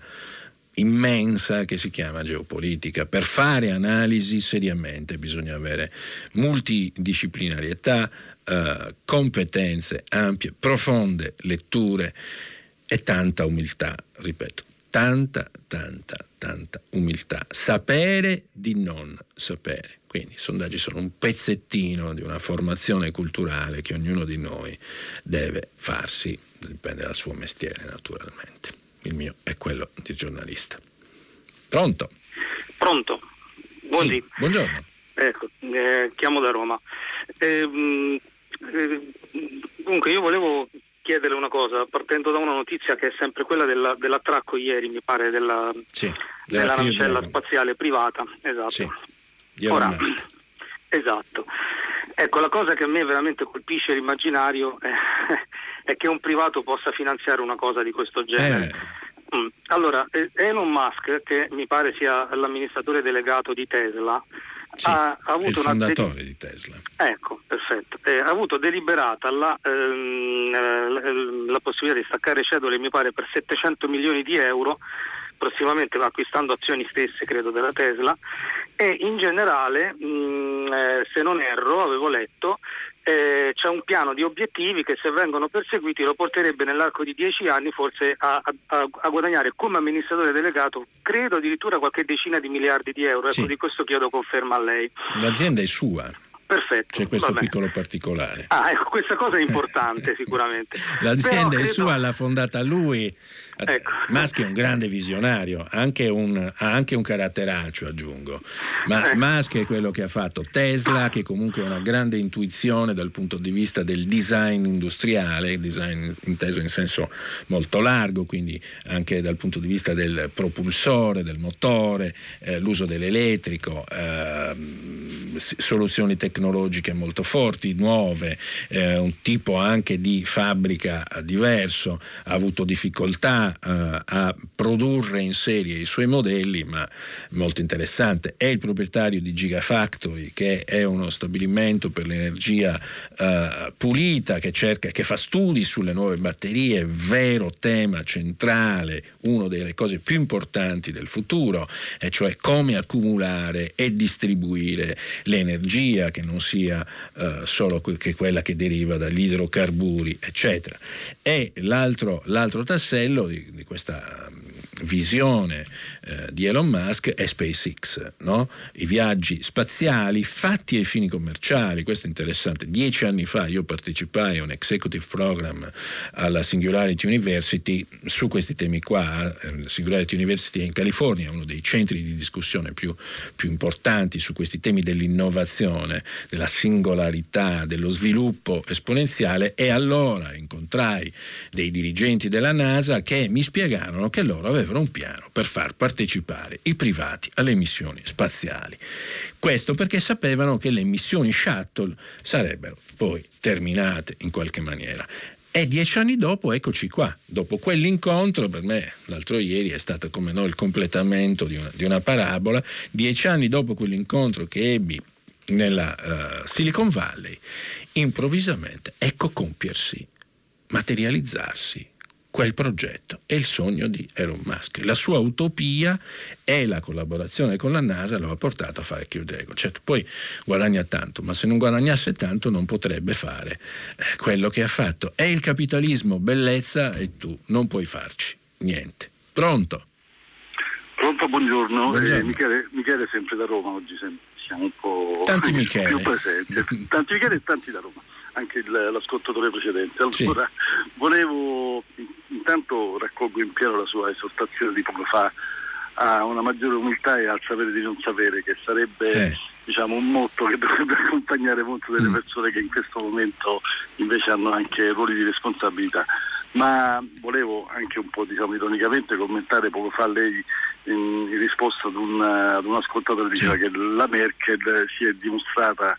immensa che si chiama geopolitica. Per fare analisi seriamente bisogna avere multidisciplinarietà, eh, competenze ampie, profonde letture e tanta umiltà, ripeto, tanta, tanta, tanta umiltà, sapere di non sapere. Quindi i sondaggi sono un pezzettino di una formazione culturale che ognuno di noi deve farsi, dipende dal suo mestiere naturalmente. Il mio è quello di giornalista. Pronto? Pronto. Buondì. Sì, buongiorno. Ecco, eh, chiamo da Roma. Eh, eh, dunque io volevo chiedere una cosa, partendo da una notizia che è sempre quella della, dell'attracco ieri, mi pare, della, sì, della, della navicella spaziale privata. Esatto. Sì, Ora, esatto. Ecco, la cosa che a me veramente colpisce l'immaginario è, è che un privato possa finanziare una cosa di questo genere. Eh. Mm. Allora, Elon Musk, che mi pare sia l'amministratore delegato di Tesla, sì, ha, ha avuto il fondatore deli- di Tesla. Ecco, perfetto. Eh, ha avuto deliberata la, ehm, la, la possibilità di staccare cedole, mi pare, per settecento milioni di euro, prossimamente acquistando azioni stesse, credo, della Tesla, e in generale, mh, eh, se non erro, avevo letto, eh, c'è un piano di obiettivi che, se vengono perseguiti, lo porterebbe nell'arco di dieci anni forse a, a, a guadagnare come amministratore delegato, credo addirittura qualche decina di miliardi di euro. Ecco, sì. Di questo chiedo conferma a lei. L'azienda è sua. Perfetto. C'è questo vabbè. piccolo particolare. Ah, ecco, questa cosa è importante sicuramente. L'azienda Però è credo... sua, l'ha fondata lui. Ecco. Musk è un grande visionario, anche un, ha anche un caratteraccio, aggiungo. Ma ecco. Musk è quello che ha fatto Tesla, che comunque ha una grande intuizione dal punto di vista del design industriale, design inteso in senso molto largo, quindi anche dal punto di vista del propulsore, del motore, eh, l'uso dell'elettrico, eh, soluzioni tecnologiche molto forti, nuove, eh, un tipo anche di fabbrica diverso, ha avuto difficoltà uh, a produrre in serie i suoi modelli, ma molto interessante. È il proprietario di Gigafactory, che è uno stabilimento per l'energia uh, pulita, che cerca, che fa studi sulle nuove batterie, vero tema centrale, una delle cose più importanti del futuro, e cioè come accumulare e distribuire l'energia, che non sia uh, solo que- che quella che deriva dagli idrocarburi, eccetera. E l'altro, l'altro tassello di, di questa visione eh, di Elon Musk è SpaceX, no? I viaggi spaziali fatti ai fini commerciali. Questo è interessante. Dieci anni fa io partecipai a un executive program alla Singularity University su questi temi qua. Singularity University è in California, uno dei centri di discussione più, più importanti su questi temi dell'innovazione, della singolarità, dello sviluppo esponenziale, e allora incontrai dei dirigenti della NASA che mi spiegarono che loro avevano un piano per far partecipare i privati alle missioni spaziali. Questo perché sapevano che le missioni shuttle sarebbero poi terminate in qualche maniera. E dieci anni dopo, eccoci qua, dopo quell'incontro, per me l'altro ieri è stato come no, il completamento di una, di una parabola. Dieci anni dopo quell'incontro che ebbi nella uh, Silicon Valley, improvvisamente ecco compiersi, materializzarsi quel progetto. È il sogno di Elon Musk. La sua utopia e la collaborazione con la NASA lo ha portato a fare Q-Dragon. Certo, poi guadagna tanto, ma se non guadagnasse tanto non potrebbe fare eh, quello che ha fatto. È il capitalismo, bellezza, e tu non puoi farci niente. Pronto? Pronto, buongiorno. buongiorno. Eh, Michele, Michele sempre da Roma, oggi siamo un po' tanti più Michele. presenti. Tanti Michele e tanti da Roma. anche il, l'ascoltatore precedente. Allora, sì. volevo, intanto raccolgo in pieno la sua esortazione di poco fa a una maggiore umiltà e al sapere di non sapere, che sarebbe eh. diciamo un motto che dovrebbe accompagnare molte delle mm. persone che in questo momento invece hanno anche ruoli di responsabilità. Ma volevo anche un po', diciamo, ironicamente commentare poco fa lei in, in risposta ad un, ad un ascoltatore che diceva sì. che la Merkel si è dimostrata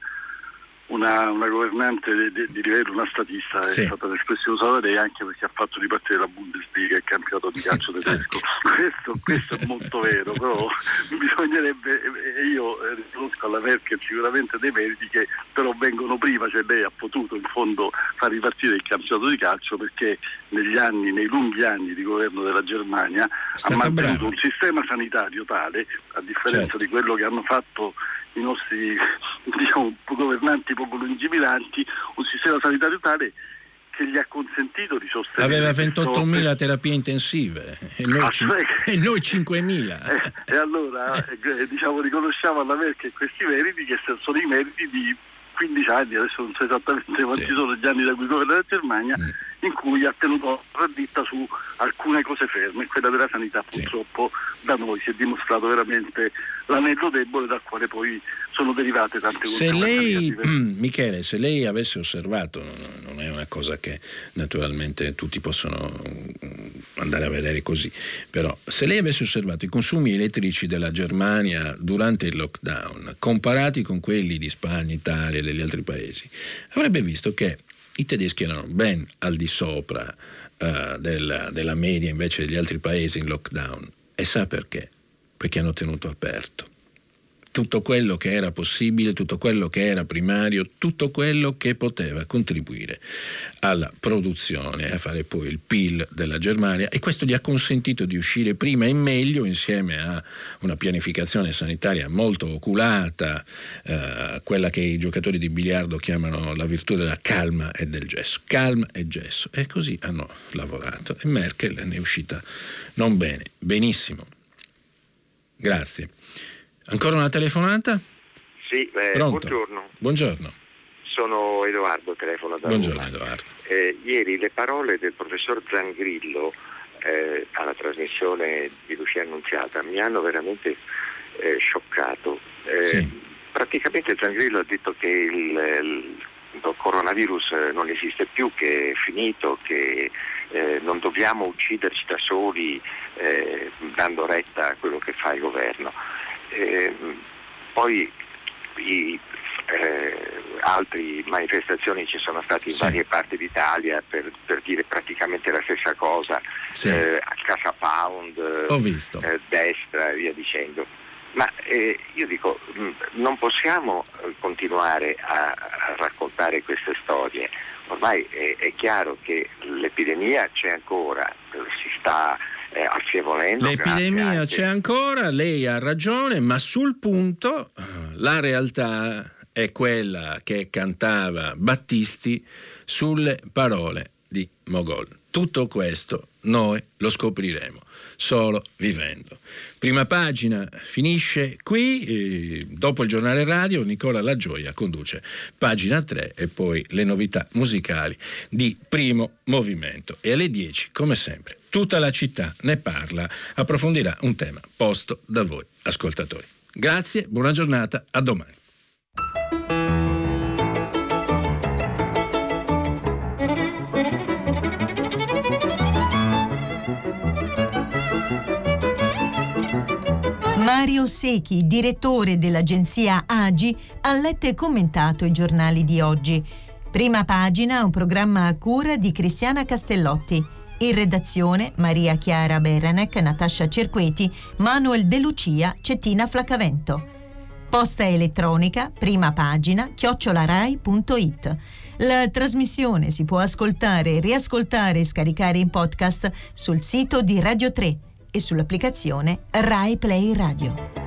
una, una governante di, di, di livello, una statista, sì. è stata l'espressione usata da lei, anche perché ha fatto ripartire la Bundesliga, il campionato di calcio tedesco. questo, questo è molto vero, però bisognerebbe, e io riconosco alla Merkel sicuramente dei meriti che però vengono prima, cioè lei ha potuto in fondo far ripartire il campionato di calcio perché negli anni, nei lunghi anni di governo della Germania ha mantenuto brava. un sistema sanitario tale, a differenza certo. di quello che hanno fatto i nostri diciamo governanti poco lungimiranti, un sistema sanitario tale che gli ha consentito di sostenere. Aveva ventottomila terapie intensive e noi, cin- e noi cinquemila. E, e allora eh, diciamo riconosciamo alla Merkel questi meriti, che sono i meriti di quindici anni, adesso non so esattamente quanti sì. sono gli anni da cui governa la Germania, mm. in cui ha tenuto la ditta su alcune cose ferme, quella della sanità purtroppo sì. da noi si è dimostrato veramente l'anello debole dal quale poi sono derivate tante cose. Se lei, Michele, se lei avesse osservato, non è una cosa che naturalmente tutti possono andare a vedere così, però se lei avesse osservato i consumi elettrici della Germania durante il lockdown comparati con quelli di Spagna, Italia e degli altri paesi, avrebbe visto che i tedeschi erano ben al di sopra uh, della, della media invece degli altri paesi in lockdown. E sa perché? Perché hanno tenuto aperto tutto quello che era possibile, tutto quello che era primario, tutto quello che poteva contribuire alla produzione, a fare poi il P I L della Germania, e questo gli ha consentito di uscire prima e meglio, insieme a una pianificazione sanitaria molto oculata, eh, quella che i giocatori di biliardo chiamano la virtù della calma e del gesso, calma e gesso, e così hanno lavorato e Merkel ne è uscita non bene, benissimo. Grazie. Ancora una telefonata? Sì, eh, buongiorno. Buongiorno. Sono Edoardo, telefono da Buongiorno Roma. Edoardo. Eh, ieri le parole del professor Zangrillo eh, alla trasmissione di Lucia Annunziata mi hanno veramente eh, scioccato. Eh, sì. Praticamente Zangrillo ha detto che il, il coronavirus non esiste più, che è finito, che eh, non dobbiamo ucciderci da soli eh, dando retta a quello che fa il governo. Eh, poi i, eh, altre manifestazioni ci sono state in sì. varie parti d'Italia per, per dire praticamente la stessa cosa, sì. eh, a Casa Pound, Ho visto. Eh, destra e via dicendo. Ma eh, io dico, mh, non possiamo continuare a, a raccontare queste storie. Ormai è, è chiaro che l'epidemia c'è ancora, si sta Eh, affievolendo. L'epidemia anche... c'è ancora, lei ha ragione, ma sul punto la realtà è quella che cantava Battisti sulle parole di Mogol. Tutto questo noi lo scopriremo solo vivendo. Prima pagina finisce qui, eh, dopo il giornale radio Nicola La Gioia conduce pagina tre e poi le novità musicali di Primo Movimento, e alle dieci come sempre Tutta la città ne parla, approfondirà un tema posto da voi ascoltatori. Grazie, buona giornata, a domani. Mario Secchi, direttore dell'agenzia A G I, ha letto e commentato i giornali di oggi. Prima pagina, un programma a cura di Cristiana Castellotti. In redazione Maria Chiara Berenec, Natascia Cerqueti, Manuel De Lucia, Cettina Flacavento. Posta elettronica, prima pagina, chiocciolarai punto it. La trasmissione si può ascoltare, riascoltare e scaricare in podcast sul sito di Radio tre e sull'applicazione Rai Play Radio.